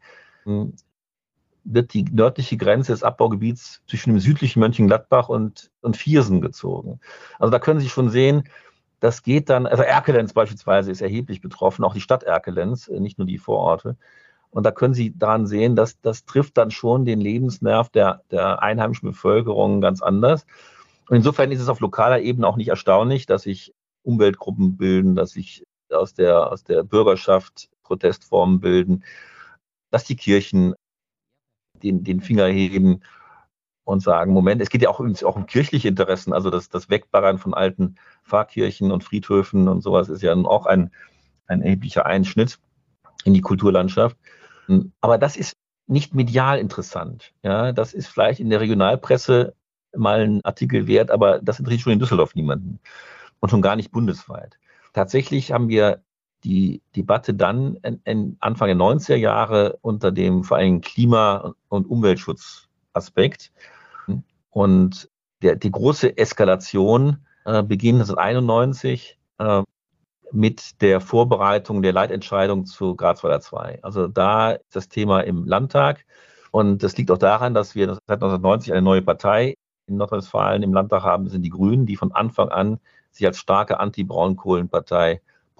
wird die nördliche Grenze des Abbaugebiets zwischen dem südlichen Mönchengladbach und, und Viersen gezogen. Also da können Sie schon sehen, das geht dann, also Erkelenz beispielsweise ist erheblich betroffen, auch die Stadt Erkelenz, nicht nur die Vororte. Und da können Sie daran sehen, dass das trifft dann schon den Lebensnerv der, der einheimischen Bevölkerung ganz anders. Und insofern ist es auf lokaler Ebene auch nicht erstaunlich, dass sich Umweltgruppen bilden, dass sich aus der, aus der Bürgerschaft Protestformen bilden, dass die Kirchen den, den Finger heben und sagen, Moment, es geht ja auch übrigens auch um kirchliche Interessen, also das, das Wegbaggern von alten Pfarrkirchen und Friedhöfen und sowas ist ja auch ein, ein erheblicher Einschnitt in die Kulturlandschaft. Aber das ist nicht medial interessant. Ja, das ist vielleicht in der Regionalpresse mal ein Artikel wert, aber das interessiert schon in Düsseldorf niemanden und schon gar nicht bundesweit. Tatsächlich haben wir die Debatte dann in, in Anfang der neunziger Jahre unter dem vor allem Klima- und Umweltschutzaspekt. Und der, die große Eskalation äh, beginnt neunzehnhunderteinundneunzig äh, mit der Vorbereitung der Leitentscheidung zu Garzweiler zwei. Also da ist das Thema im Landtag. Und das liegt auch daran, dass wir seit neunzehnhundertneunzig eine neue Partei in Nordrhein-Westfalen im Landtag haben. Das sind die Grünen, die von Anfang an sich als starke Anti-Braunkohlenpartei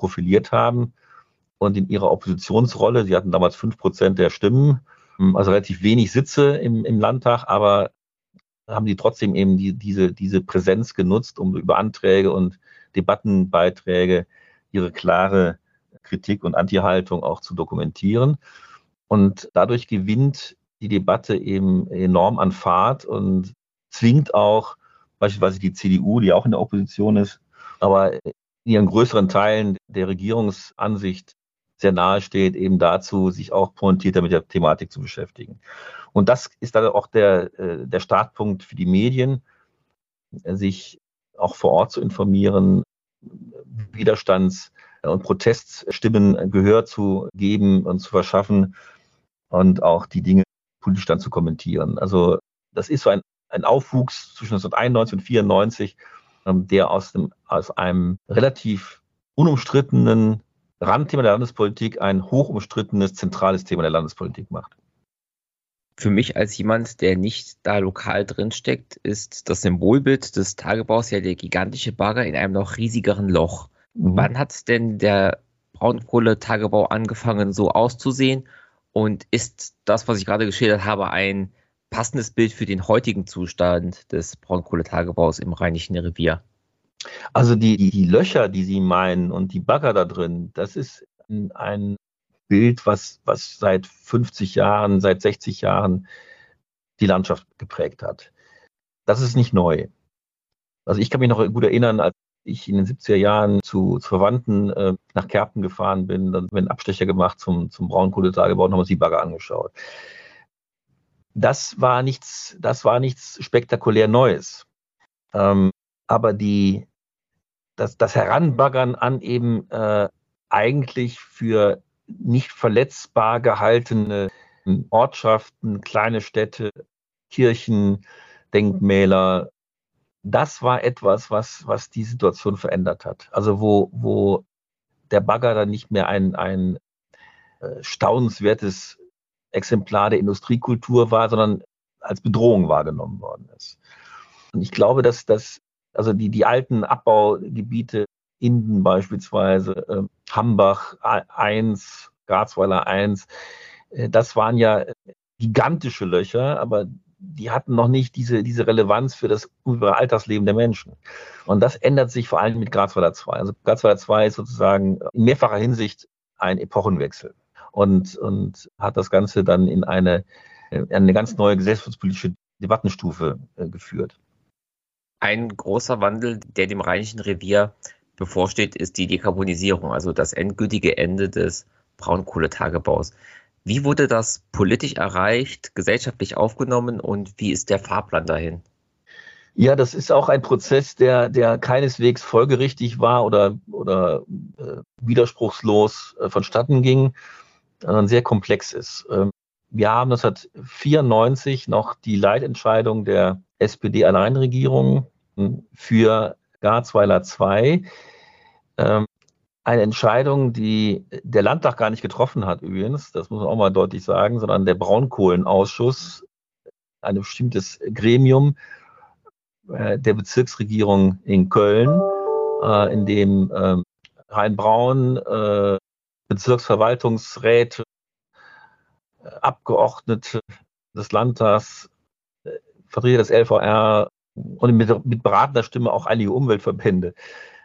profiliert haben und in ihrer Oppositionsrolle, sie hatten damals fünf Prozent der Stimmen, also relativ wenig Sitze im, im Landtag, aber haben die trotzdem eben die, diese, diese Präsenz genutzt, um über Anträge und Debattenbeiträge ihre klare Kritik und Anti-Haltung auch zu dokumentieren. Und dadurch gewinnt die Debatte eben enorm an Fahrt und zwingt auch beispielsweise die C D U, die auch in der Opposition ist, aber in ihren größeren Teilen der Regierungsansicht sehr nahe steht, eben dazu, sich auch pointierter mit der Thematik zu beschäftigen. Und das ist dann auch der, der Startpunkt für die Medien, sich auch vor Ort zu informieren, Widerstands- und Proteststimmen Gehör zu geben und zu verschaffen und auch die Dinge politisch dann zu kommentieren. Also das ist so ein, ein Aufwuchs zwischen neunzehnhunderteinundneunzig und vierundneunzig, der aus, dem, aus einem relativ unumstrittenen Randthema der Landespolitik ein hochumstrittenes, zentrales Thema der Landespolitik macht. Für mich als jemand, der nicht da lokal drinsteckt, ist das Symbolbild des Tagebaus ja der gigantische Bagger in einem noch riesigeren Loch. Mhm. Wann hat denn der Braunkohletagebau angefangen, so auszusehen? Und ist das, was ich gerade geschildert habe, ein passendes Bild für den heutigen Zustand des Braunkohletagebaus im Rheinischen Revier? Also die, die, die Löcher, die Sie meinen und die Bagger da drin, das ist ein Bild, was, was seit fünfzig Jahren, seit sechzig Jahren die Landschaft geprägt hat. Das ist nicht neu. Also ich kann mich noch gut erinnern, als ich in den siebziger Jahren zu, zu Verwandten äh, nach Kerpen gefahren bin, dann haben wir einen Abstecher gemacht zum, zum Braunkohletagebau und haben uns die Bagger angeschaut. Das war nichts, das war nichts spektakulär Neues. Ähm, aber die, das, das Heranbaggern an eben äh, eigentlich für nicht verletzbar gehaltene Ortschaften, kleine Städte, Kirchen, Denkmäler, das war etwas, was, was die Situation verändert hat. Also wo, wo der Bagger dann nicht mehr ein, ein staunenswertes Exemplar der Industriekultur war, sondern als Bedrohung wahrgenommen worden ist. Und ich glaube, dass das, also die, die alten Abbaugebiete, Inden beispielsweise, äh, Hambach eins, Garzweiler eins, äh, das waren ja gigantische Löcher, aber die hatten noch nicht diese, diese Relevanz für das Alltagsleben der Menschen. Und das ändert sich vor allem mit Garzweiler zwei. Also Garzweiler zwei ist sozusagen in mehrfacher Hinsicht ein Epochenwechsel und, und hat das Ganze dann in eine, eine ganz neue gesellschaftspolitische Debattenstufe äh, geführt. Ein großer Wandel, der dem Rheinischen Revier bevorsteht, ist die Dekarbonisierung, also das endgültige Ende des Braunkohletagebaus. Wie wurde das politisch erreicht, gesellschaftlich aufgenommen und wie ist der Fahrplan dahin? Ja, das ist auch ein Prozess, der, der keineswegs folgerichtig war oder, oder äh, widerspruchslos äh, vonstatten ging, sondern sehr komplex ist. Ähm, wir haben neunzehnhundertvierundneunzig noch die Leitentscheidung der S P D-Alleinregierung für Garzweiler zwei. Ähm, Eine Entscheidung, die der Landtag gar nicht getroffen hat übrigens, das muss man auch mal deutlich sagen, sondern der Braunkohlenausschuss, ein bestimmtes Gremium äh, der Bezirksregierung in Köln, äh, in dem äh, Hein Braun, äh, Bezirksverwaltungsräte, äh, Abgeordnete des Landtags, äh, Vertreter des L V R und mit, mit beratender Stimme auch einige Umweltverbände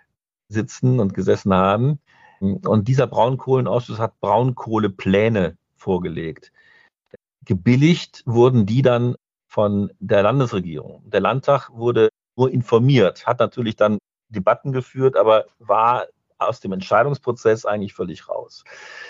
sitzen und gesessen haben. Und dieser Braunkohlenausschuss hat Braunkohlepläne vorgelegt. Gebilligt wurden die dann von der Landesregierung. Der Landtag wurde nur informiert, hat natürlich dann Debatten geführt, aber war aus dem Entscheidungsprozess eigentlich völlig raus.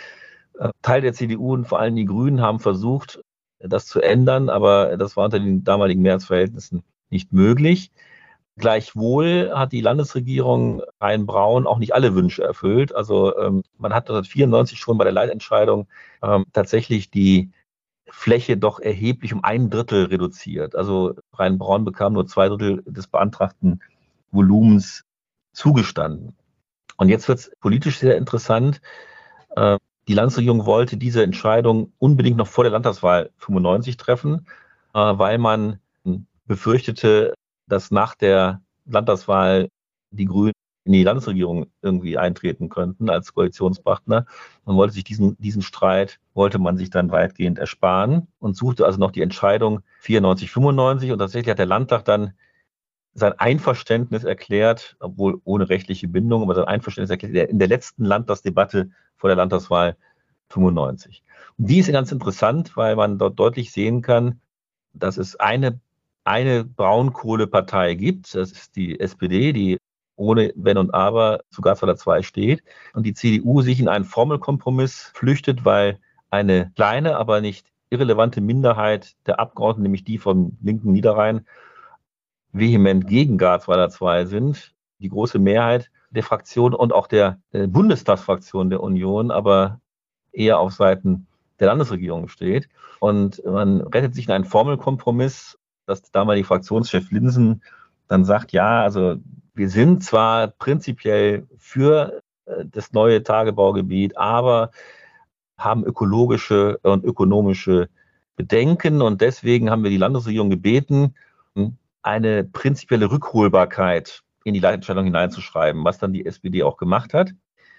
Teil der C D U und vor allem die Grünen haben versucht, das zu ändern, aber das war unter den damaligen Mehrheitsverhältnissen nicht möglich. Gleichwohl hat die Landesregierung Hein Braun auch nicht alle Wünsche erfüllt. Also ähm, man hat neunzehnhundertvierundneunzig schon bei der Leitentscheidung ähm, tatsächlich die Fläche doch erheblich um ein Drittel reduziert. Also Hein Braun bekam nur zwei Drittel des beantragten Volumens zugestanden. Und jetzt wird es politisch sehr interessant. Äh, die Landesregierung wollte diese Entscheidung unbedingt noch vor der Landtagswahl fünfundneunzig treffen, äh, weil man befürchtete, dass nach der Landtagswahl die Grünen in die Landesregierung irgendwie eintreten könnten als Koalitionspartner. Man wollte sich diesen, diesen Streit, wollte man sich dann weitgehend ersparen und suchte also noch die Entscheidung vierundneunzig, fünfundneunzig. Und tatsächlich hat der Landtag dann sein Einverständnis erklärt, obwohl ohne rechtliche Bindung, aber sein Einverständnis erklärt in der letzten Landtagsdebatte vor der Landtagswahl fünfundneunzig. Und die ist ganz interessant, weil man dort deutlich sehen kann, dass es eine, eine Braunkohlepartei gibt, das ist die S P D, die ohne Wenn und Aber zu Garzweiler zwei steht und die C D U sich in einen Formelkompromiss flüchtet, weil eine kleine, aber nicht irrelevante Minderheit der Abgeordneten, nämlich die vom linken Niederrhein, vehement gegen Garzweiler zwei sind. Die große Mehrheit der Fraktion und auch der Bundestagsfraktion der Union aber eher auf Seiten der Landesregierung steht. Und man rettet sich in einen Formelkompromiss, dass der damalige Fraktionschef Linsen dann sagt, ja, also wir sind zwar prinzipiell für das neue Tagebaugebiet, aber haben ökologische und ökonomische Bedenken und deswegen haben wir die Landesregierung gebeten, eine prinzipielle Rückholbarkeit in die Leitentscheidung hineinzuschreiben, was dann die S P D auch gemacht hat.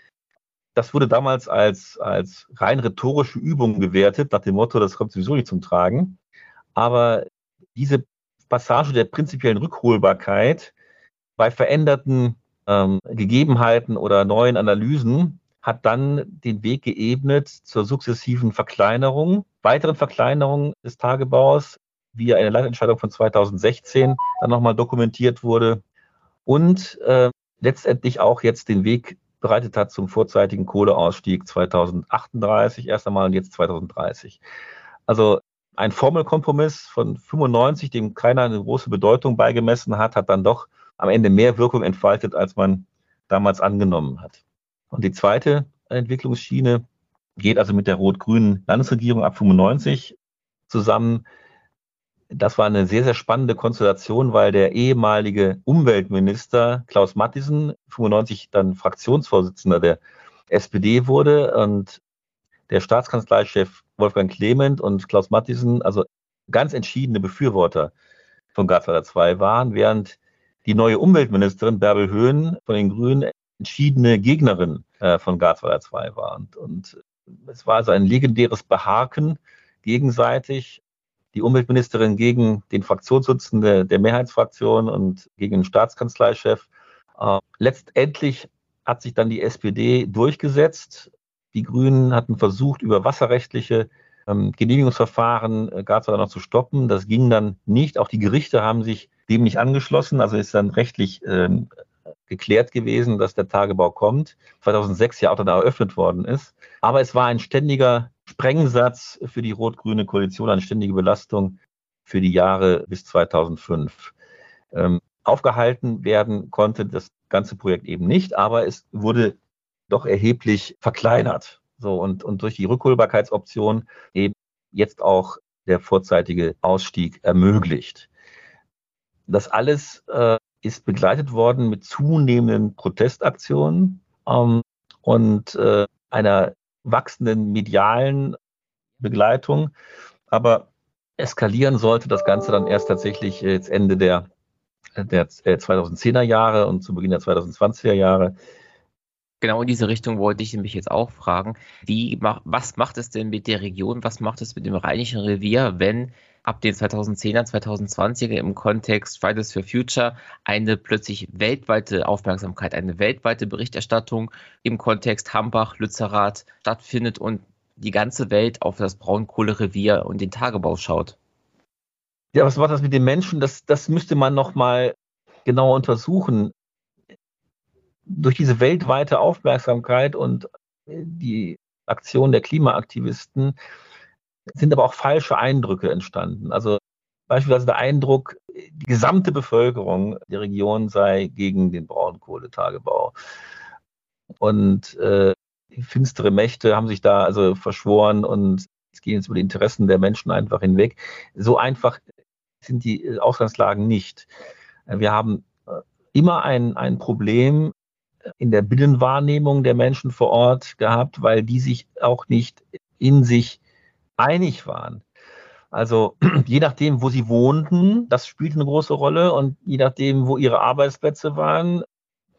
Das wurde damals als, als rein rhetorische Übung gewertet, nach dem Motto, das kommt sowieso nicht zum Tragen. Aber diese Passage der prinzipiellen Rückholbarkeit bei veränderten ähm, Gegebenheiten oder neuen Analysen hat dann den Weg geebnet zur sukzessiven Verkleinerung, weiteren Verkleinerung des Tagebaus, wie eine Leitentscheidung von zweitausendsechzehn dann nochmal dokumentiert wurde und äh, letztendlich auch jetzt den Weg bereitet hat zum vorzeitigen Kohleausstieg zweitausendachtunddreißig erst einmal und jetzt zweitausenddreißig. Also ein Formelkompromiss von fünfundneunzig, dem keiner eine große Bedeutung beigemessen hat, hat dann doch am Ende mehr Wirkung entfaltet, als man damals angenommen hat. Und die zweite Entwicklungsschiene geht also mit der rot-grünen Landesregierung ab fünfundneunzig zusammen. Das war eine sehr, sehr spannende Konstellation, weil der ehemalige Umweltminister Klaus Matthiessen fünfundneunzig dann Fraktionsvorsitzender der S P D wurde und der Staatskanzleichef Wolfgang Clement und Klaus Matthiessen also ganz entschiedene Befürworter von Garzweiler zwei waren, während die neue Umweltministerin Bärbel Höhn von den Grünen entschiedene Gegnerin äh, von Garzweiler zwei war. Und, und es war also ein legendäres Beharken gegenseitig. Die Umweltministerin gegen den Fraktionsvorsitzenden der Mehrheitsfraktion und gegen den Staatskanzleichef. Äh, letztendlich hat sich dann die S P D durchgesetzt. Die Grünen hatten versucht, über wasserrechtliche ähm, Genehmigungsverfahren äh, Garzweiler noch zu stoppen. Das ging dann nicht. Auch die Gerichte haben sich dem nicht angeschlossen. Also ist dann rechtlich äh, geklärt gewesen, dass der Tagebau kommt. zweitausendsechs ja auch dann eröffnet worden ist. Aber es war ein ständiger Sprengsatz für die rot-grüne Koalition, eine ständige Belastung für die Jahre bis zweitausendfünf. Ähm, aufgehalten werden konnte das ganze Projekt eben nicht, aber es wurde doch erheblich verkleinert. So, und, und durch die Rückholbarkeitsoption eben jetzt auch der vorzeitige Ausstieg ermöglicht. Das alles äh, ist begleitet worden mit zunehmenden Protestaktionen ähm, und äh, einer wachsenden medialen Begleitung. Aber eskalieren sollte das Ganze dann erst tatsächlich jetzt Ende der, der zweitausendzehner Jahre und zu Beginn der zweitausendzwanziger Jahre. Genau in diese Richtung wollte ich mich jetzt auch fragen. Wie, was macht es denn mit der Region, was macht es mit dem Rheinischen Revier, wenn ab den zweitausendzehner, zweitausendzwanziger im Kontext Fridays for Future eine plötzlich weltweite Aufmerksamkeit, eine weltweite Berichterstattung im Kontext Hambach, Lützerath stattfindet und die ganze Welt auf das Braunkohlerevier und den Tagebau schaut? Ja, was macht das mit den Menschen? Das, das müsste man noch mal genauer untersuchen. Durch diese weltweite Aufmerksamkeit und die Aktion der Klimaaktivisten sind aber auch falsche Eindrücke entstanden. Also beispielsweise der Eindruck, die gesamte Bevölkerung der Region sei gegen den Braunkohletagebau. Und äh, finstere Mächte haben sich da also verschworen und es gehen jetzt über die Interessen der Menschen einfach hinweg. So einfach sind die Ausgangslagen nicht. Wir haben immer ein, ein Problem in der Binnenwahrnehmung der Menschen vor Ort gehabt, weil die sich auch nicht in sich einig waren. Also je nachdem, wo sie wohnten, das spielt eine große Rolle und je nachdem, wo ihre Arbeitsplätze waren,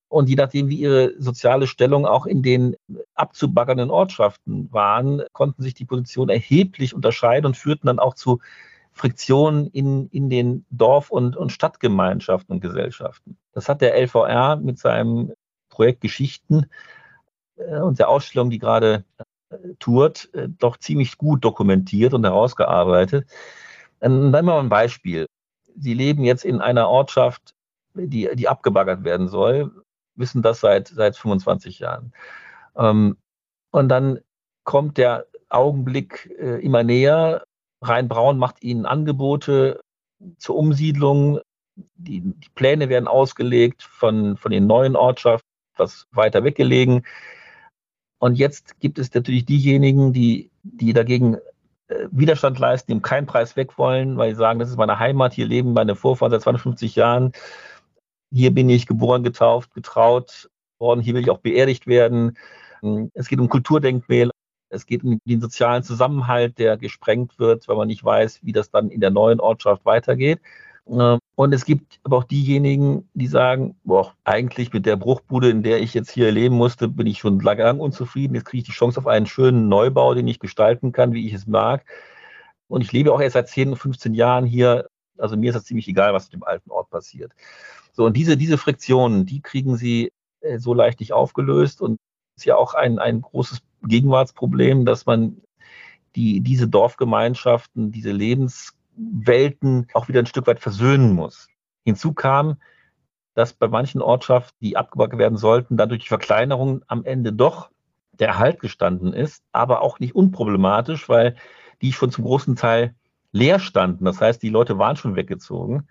Und je nachdem, wie ihre soziale Stellung auch in den abzubaggernden Ortschaften waren, konnten sich die Positionen erheblich unterscheiden und führten dann auch zu Friktionen in, in den Dorf- und, und Stadtgemeinschaften und Gesellschaften. Das hat der L V R mit seinem Projekt Geschichten äh, und der Ausstellung, die gerade äh, tourt, äh, doch ziemlich gut dokumentiert und herausgearbeitet. Ähm, dann mal ein Beispiel. Sie leben jetzt in einer Ortschaft, die, die abgebaggert werden soll, wissen das seit, seit fünfundzwanzig Jahren. Ähm, und dann kommt der Augenblick äh, immer näher. Rhein-Braun macht ihnen Angebote zur Umsiedlung. Die, die Pläne werden ausgelegt von, von den neuen Ortschaften, etwas weiter weggelegen. Und jetzt gibt es natürlich diejenigen, die, die dagegen äh, Widerstand leisten, die um keinen Preis weg wollen, weil sie sagen, das ist meine Heimat, hier leben meine Vorfahren seit zweihundertfünfzig Jahren. Hier bin ich geboren, getauft, getraut worden, hier will ich auch beerdigt werden. Es geht um Kulturdenkmäler, es geht um den sozialen Zusammenhalt, der gesprengt wird, weil man nicht weiß, wie das dann in der neuen Ortschaft weitergeht. Und es gibt aber auch diejenigen, die sagen, boah, eigentlich mit der Bruchbude, in der ich jetzt hier leben musste, bin ich schon lange unzufrieden. Jetzt kriege ich die Chance auf einen schönen Neubau, den ich gestalten kann, wie ich es mag. Und ich lebe auch erst seit zehn, fünfzehn Jahren hier. Also mir ist das ziemlich egal, was mit dem alten Ort passiert. So, und diese, diese Friktionen, die kriegen sie äh, so leicht nicht aufgelöst. Und es ist ja auch ein, ein großes Gegenwartsproblem, dass man die, diese Dorfgemeinschaften, diese Lebenswelten auch wieder ein Stück weit versöhnen muss. Hinzu kam, dass bei manchen Ortschaften, die abgebaggert werden sollten, dann durch die Verkleinerung am Ende doch der Erhalt gestanden ist, aber auch nicht unproblematisch, weil die schon zum großen Teil leer standen. Das heißt, die Leute waren schon weggezogen.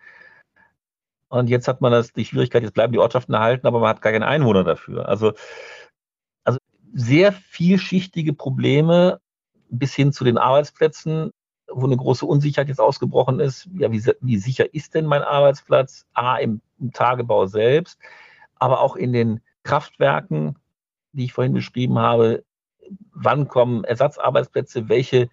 Und jetzt hat man das, die Schwierigkeit, jetzt bleiben die Ortschaften erhalten, aber man hat gar keine Einwohner dafür. Also, also sehr vielschichtige Probleme bis hin zu den Arbeitsplätzen, wo eine große Unsicherheit jetzt ausgebrochen ist. Ja, wie, wie sicher ist denn mein Arbeitsplatz? A, im, im Tagebau selbst, aber auch in den Kraftwerken, die ich vorhin beschrieben habe. Wann kommen Ersatzarbeitsplätze? Welche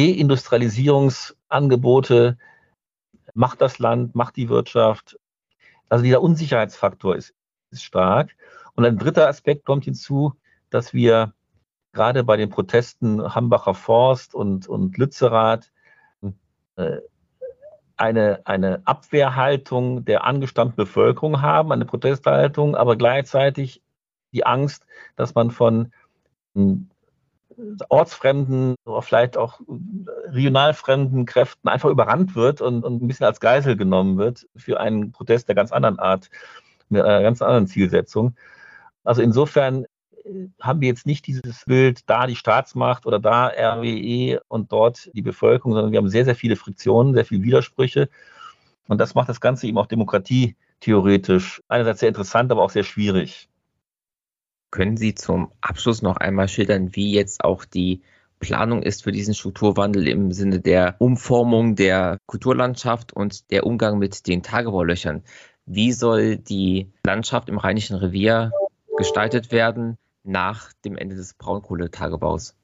Reindustrialisierungsangebote macht das Land, macht die Wirtschaft? Also dieser Unsicherheitsfaktor ist, ist stark. Und ein dritter Aspekt kommt hinzu, dass wir gerade bei den Protesten Hambacher Forst und, und Lützerath äh, eine, eine Abwehrhaltung der angestammten Bevölkerung haben, eine Protesthaltung, aber gleichzeitig die Angst, dass man von ortsfremden oder vielleicht auch regionalfremden Kräften einfach überrannt wird und, und ein bisschen als Geisel genommen wird für einen Protest der ganz anderen Art, mit einer ganz anderen Zielsetzung. Also insofern haben wir jetzt nicht dieses Bild, da die Staatsmacht oder da R W E und dort die Bevölkerung, sondern wir haben sehr, sehr viele Friktionen, sehr viele Widersprüche. Und das macht das Ganze eben auch demokratietheoretisch einerseits sehr interessant, aber auch sehr schwierig. Können Sie zum Abschluss noch einmal schildern, wie jetzt auch die Planung ist für diesen Strukturwandel im Sinne der Umformung der Kulturlandschaft und der Umgang mit den Tagebaulöchern? Wie soll die Landschaft im Rheinischen Revier gestaltet werden nach dem Ende des Braunkohletagebaus?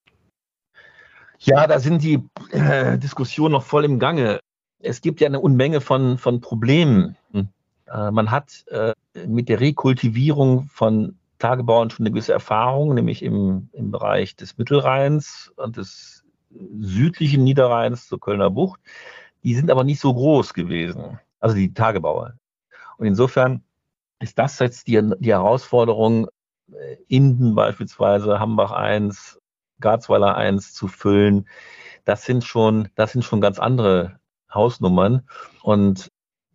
Ja, da sind die äh, Diskussionen noch voll im Gange. Es gibt ja eine Unmenge von, von Problemen. Äh, man hat äh, mit der Rekultivierung von Tagebauern schon eine gewisse Erfahrung, nämlich im, im Bereich des Mittelrheins und des südlichen Niederrheins zur Kölner Bucht. Die sind aber nicht so groß gewesen, also die Tagebauer. Und insofern ist das jetzt die, die Herausforderung, Inden beispielsweise, Hambach eins, Garzweiler eins zu füllen. Das sind schon, das sind schon ganz andere Hausnummern. Und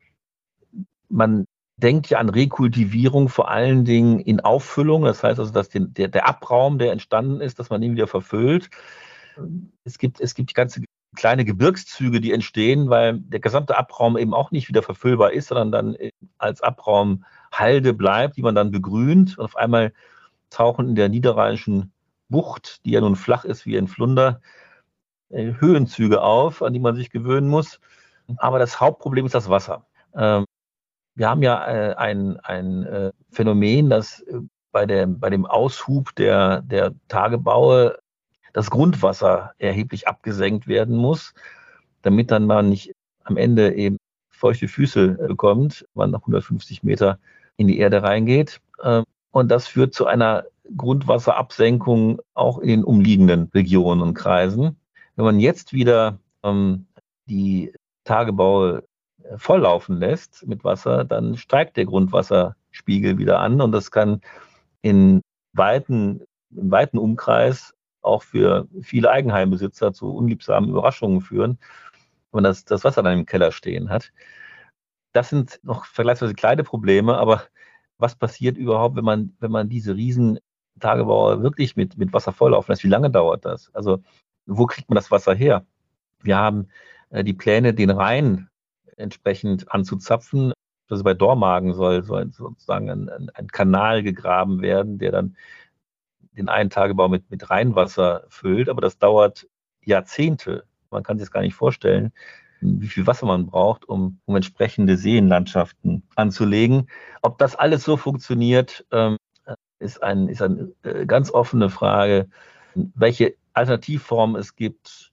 man denkt ja an Rekultivierung vor allen Dingen in Auffüllung. Das heißt also, dass den, der, der Abraum, der entstanden ist, dass man den wieder verfüllt. Es gibt, es gibt ganze kleine Gebirgszüge, die entstehen, weil der gesamte Abraum eben auch nicht wieder verfüllbar ist, sondern dann als Abraum Halde bleibt, die man dann begrünt. Und auf einmal tauchen in der niederrheinischen Bucht, die ja nun flach ist wie ein Flunder, Höhenzüge auf, an die man sich gewöhnen muss. Aber das Hauptproblem ist das Wasser. Wir haben ja ein, ein Phänomen, dass bei, der, bei dem Aushub der, der Tagebaue das Grundwasser erheblich abgesenkt werden muss, damit dann man nicht am Ende eben feuchte Füße bekommt, wenn man nach hundertfünfzig Meter in die Erde reingeht. Und das führt zu einer Grundwasserabsenkung auch in den umliegenden Regionen und Kreisen. Wenn man jetzt wieder ähm, die Tagebaue volllaufen lässt mit Wasser, dann steigt der Grundwasserspiegel wieder an und das kann in weiten, im weiten Umkreis auch für viele Eigenheimbesitzer zu unliebsamen Überraschungen führen, wenn man das, das Wasser dann im Keller stehen hat. Das sind noch vergleichsweise kleine Probleme, aber was passiert überhaupt, wenn man, wenn man diese riesen Tagebaue wirklich mit, mit Wasser volllaufen lässt? Wie lange dauert das? Also wo kriegt man das Wasser her? Wir haben äh, die Pläne, den Rhein entsprechend anzuzapfen. Also bei Dormagen soll, soll sozusagen ein, ein, ein Kanal gegraben werden, der dann den einen Tagebau mit, mit Rheinwasser füllt. Aber das dauert Jahrzehnte. Man kann sich das gar nicht vorstellen, wie viel Wasser man braucht, um, um entsprechende Seenlandschaften anzulegen. Ob das alles so funktioniert, ähm, ist, ein, ist eine äh, ganz offene Frage. Welche Alternativformen es gibt,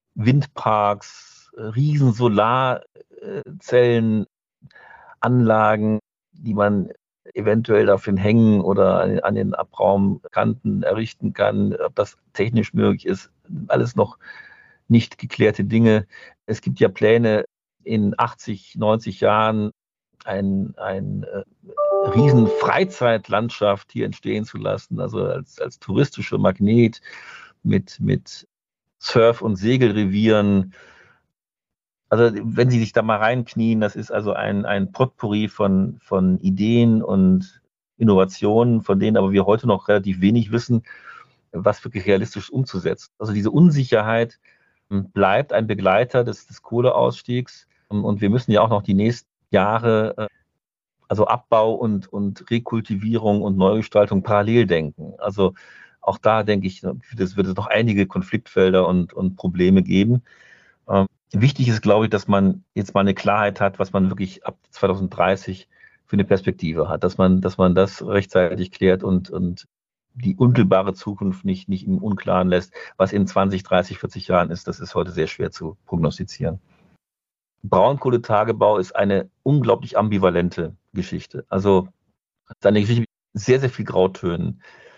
Windparks, äh, riesen Solarzellen, Anlagen, die man eventuell auf den Hängen oder an, an den Abraumkanten errichten kann, ob das technisch möglich ist, alles noch nicht geklärte Dinge. Es gibt ja Pläne, in achtzig, neunzig Jahren ein, ein äh, riesen Freizeitlandschaft hier entstehen zu lassen, also als, als touristischer Magnet mit, mit Surf- und Segelrevieren. Also wenn Sie sich da mal reinknien, das ist also ein, ein Potpourri von, von Ideen und Innovationen, von denen aber wir heute noch relativ wenig wissen, was wirklich realistisch umzusetzen. Also diese Unsicherheit bleibt ein Begleiter des, des Kohleausstiegs. Und wir müssen ja auch noch die nächsten Jahre, also Abbau und, und Rekultivierung und Neugestaltung parallel denken. Also auch da denke ich, es wird es noch einige Konfliktfelder und, und Probleme geben. Ähm, wichtig ist, glaube ich, dass man jetzt mal eine Klarheit hat, was man wirklich ab zwanzig dreißig für eine Perspektive hat, dass man, dass man das rechtzeitig klärt und, und die unmittelbare Zukunft nicht, nicht im Unklaren lässt. Was in zwanzig, dreißig, vierzig Jahren ist, das ist heute sehr schwer zu prognostizieren. Braunkohletagebau ist eine unglaublich ambivalente Geschichte. Also es ist eine Geschichte mit sehr, sehr viel Grautönen.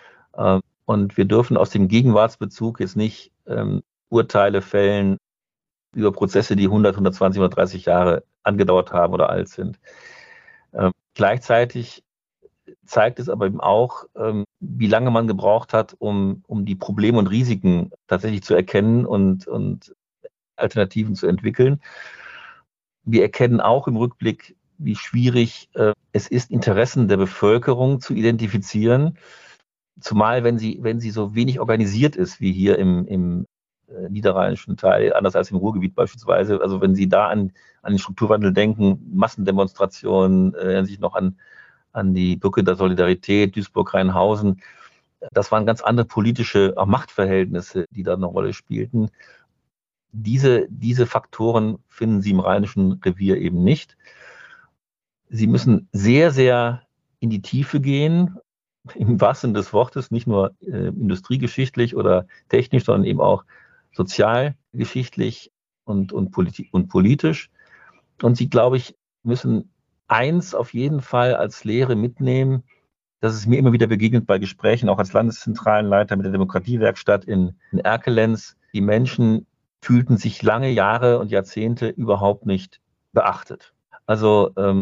Und wir dürfen aus dem Gegenwartsbezug jetzt nicht ähm, Urteile fällen über Prozesse, die hundert, hundertzwanzig, hundertdreißig Jahre angedauert haben oder alt sind. Ähm, gleichzeitig zeigt es aber eben auch, ähm, wie lange man gebraucht hat, um, um die Probleme und Risiken tatsächlich zu erkennen und, und Alternativen zu entwickeln. Wir erkennen auch im Rückblick, wie schwierig äh, es ist, Interessen der Bevölkerung zu identifizieren, zumal wenn sie, wenn sie so wenig organisiert ist, wie hier im, im äh, niederrheinischen Teil, anders als im Ruhrgebiet beispielsweise. Also wenn Sie da an, an den Strukturwandel denken, Massendemonstrationen, erinnern sich noch an an die Brücke der Solidarität, Duisburg-Rheinhausen. Das waren ganz andere politische auch Machtverhältnisse, die da eine Rolle spielten. Diese, diese Faktoren finden Sie im Rheinischen Revier eben nicht. Sie müssen sehr, sehr in die Tiefe gehen, im wahrsten Sinne des Wortes, nicht nur äh, industriegeschichtlich oder technisch, sondern eben auch sozialgeschichtlich und, und, politi- und politisch. Und Sie, glaube ich, müssen eins auf jeden Fall als Lehre mitnehmen, dass es mir immer wieder begegnet bei Gesprächen, auch als Landeszentralenleiter mit der Demokratiewerkstatt in, in Erkelenz. Die Menschen fühlten sich lange Jahre und Jahrzehnte überhaupt nicht beachtet. Also ähm,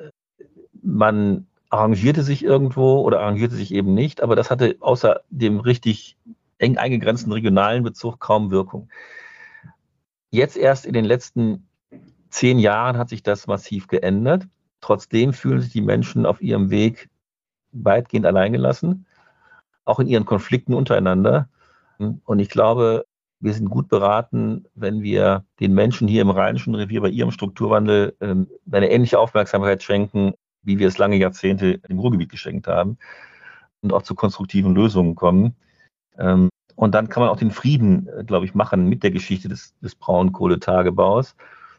man arrangierte sich irgendwo oder arrangierte sich eben nicht, aber das hatte außer dem richtig eng eingegrenzten regionalen Bezug kaum Wirkung. Jetzt erst in den letzten zehn Jahren hat sich das massiv geändert. Trotzdem fühlen sich die Menschen auf ihrem Weg weitgehend alleingelassen, auch in ihren Konflikten untereinander. Und ich glaube, wir sind gut beraten, wenn wir den Menschen hier im Rheinischen Revier bei ihrem Strukturwandel ähm, eine ähnliche Aufmerksamkeit schenken, wie wir es lange Jahrzehnte im Ruhrgebiet geschenkt haben und auch zu konstruktiven Lösungen kommen. Ähm, und dann kann man auch den Frieden, äh, glaube ich, machen mit der Geschichte des, des Braunkohletagebaus.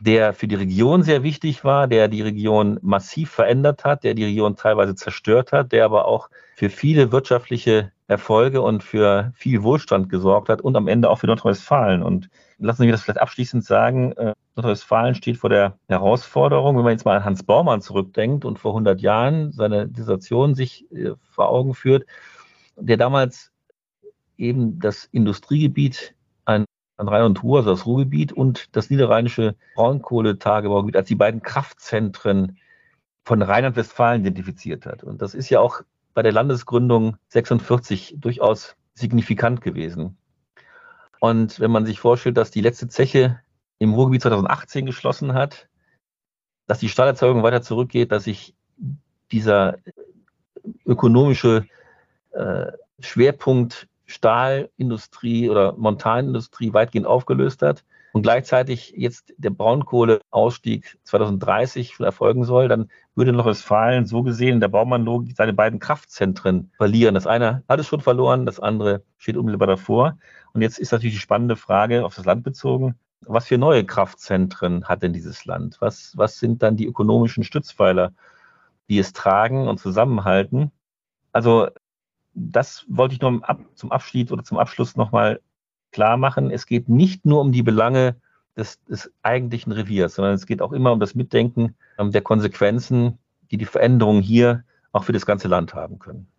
der für die Region sehr wichtig war, der die Region massiv verändert hat, der die Region teilweise zerstört hat, der aber auch für viele wirtschaftliche Erfolge und für viel Wohlstand gesorgt hat und am Ende auch für Nordrhein-Westfalen. Und lassen Sie mich das vielleicht abschließend sagen, äh, Nordrhein-Westfalen steht vor der Herausforderung, wenn man jetzt mal an Hans Baumann zurückdenkt und vor hundert Jahren seine Dissertation sich äh, vor Augen führt, der damals eben das Industriegebiet an, an Rhein und Ruhr, also das Ruhrgebiet und das niederrheinische Braunkohletagebaugebiet als die beiden Kraftzentren von Rheinland-Westfalen identifiziert hat. Und das ist ja auch bei der Landesgründung sechsundvierzig durchaus signifikant gewesen. Und wenn man sich vorstellt, dass die letzte Zeche im Ruhrgebiet zweitausendachtzehn geschlossen hat, dass die Stahlerzeugung weiter zurückgeht, dass sich dieser ökonomische äh, Schwerpunkt Stahlindustrie oder Montanindustrie weitgehend aufgelöst hat und gleichzeitig jetzt der Braunkohleausstieg zweitausenddreißig schon erfolgen soll, dann würde Nordrhein-Westfalen so gesehen in der Baumann-Logik seine beiden Kraftzentren verlieren. Das eine hat es schon verloren, das andere steht unmittelbar davor. Und jetzt ist natürlich die spannende Frage auf das Land bezogen, was für neue Kraftzentren hat denn dieses Land? Was, was sind dann die ökonomischen Stützpfeiler, die es tragen und zusammenhalten? Also das wollte ich nur zum Abschied oder zum Abschluss nochmal klar machen. Es geht nicht nur um die Belange des, des eigentlichen Reviers, sondern es geht auch immer um das Mitdenken der Konsequenzen, die die Veränderungen hier auch für das ganze Land haben können.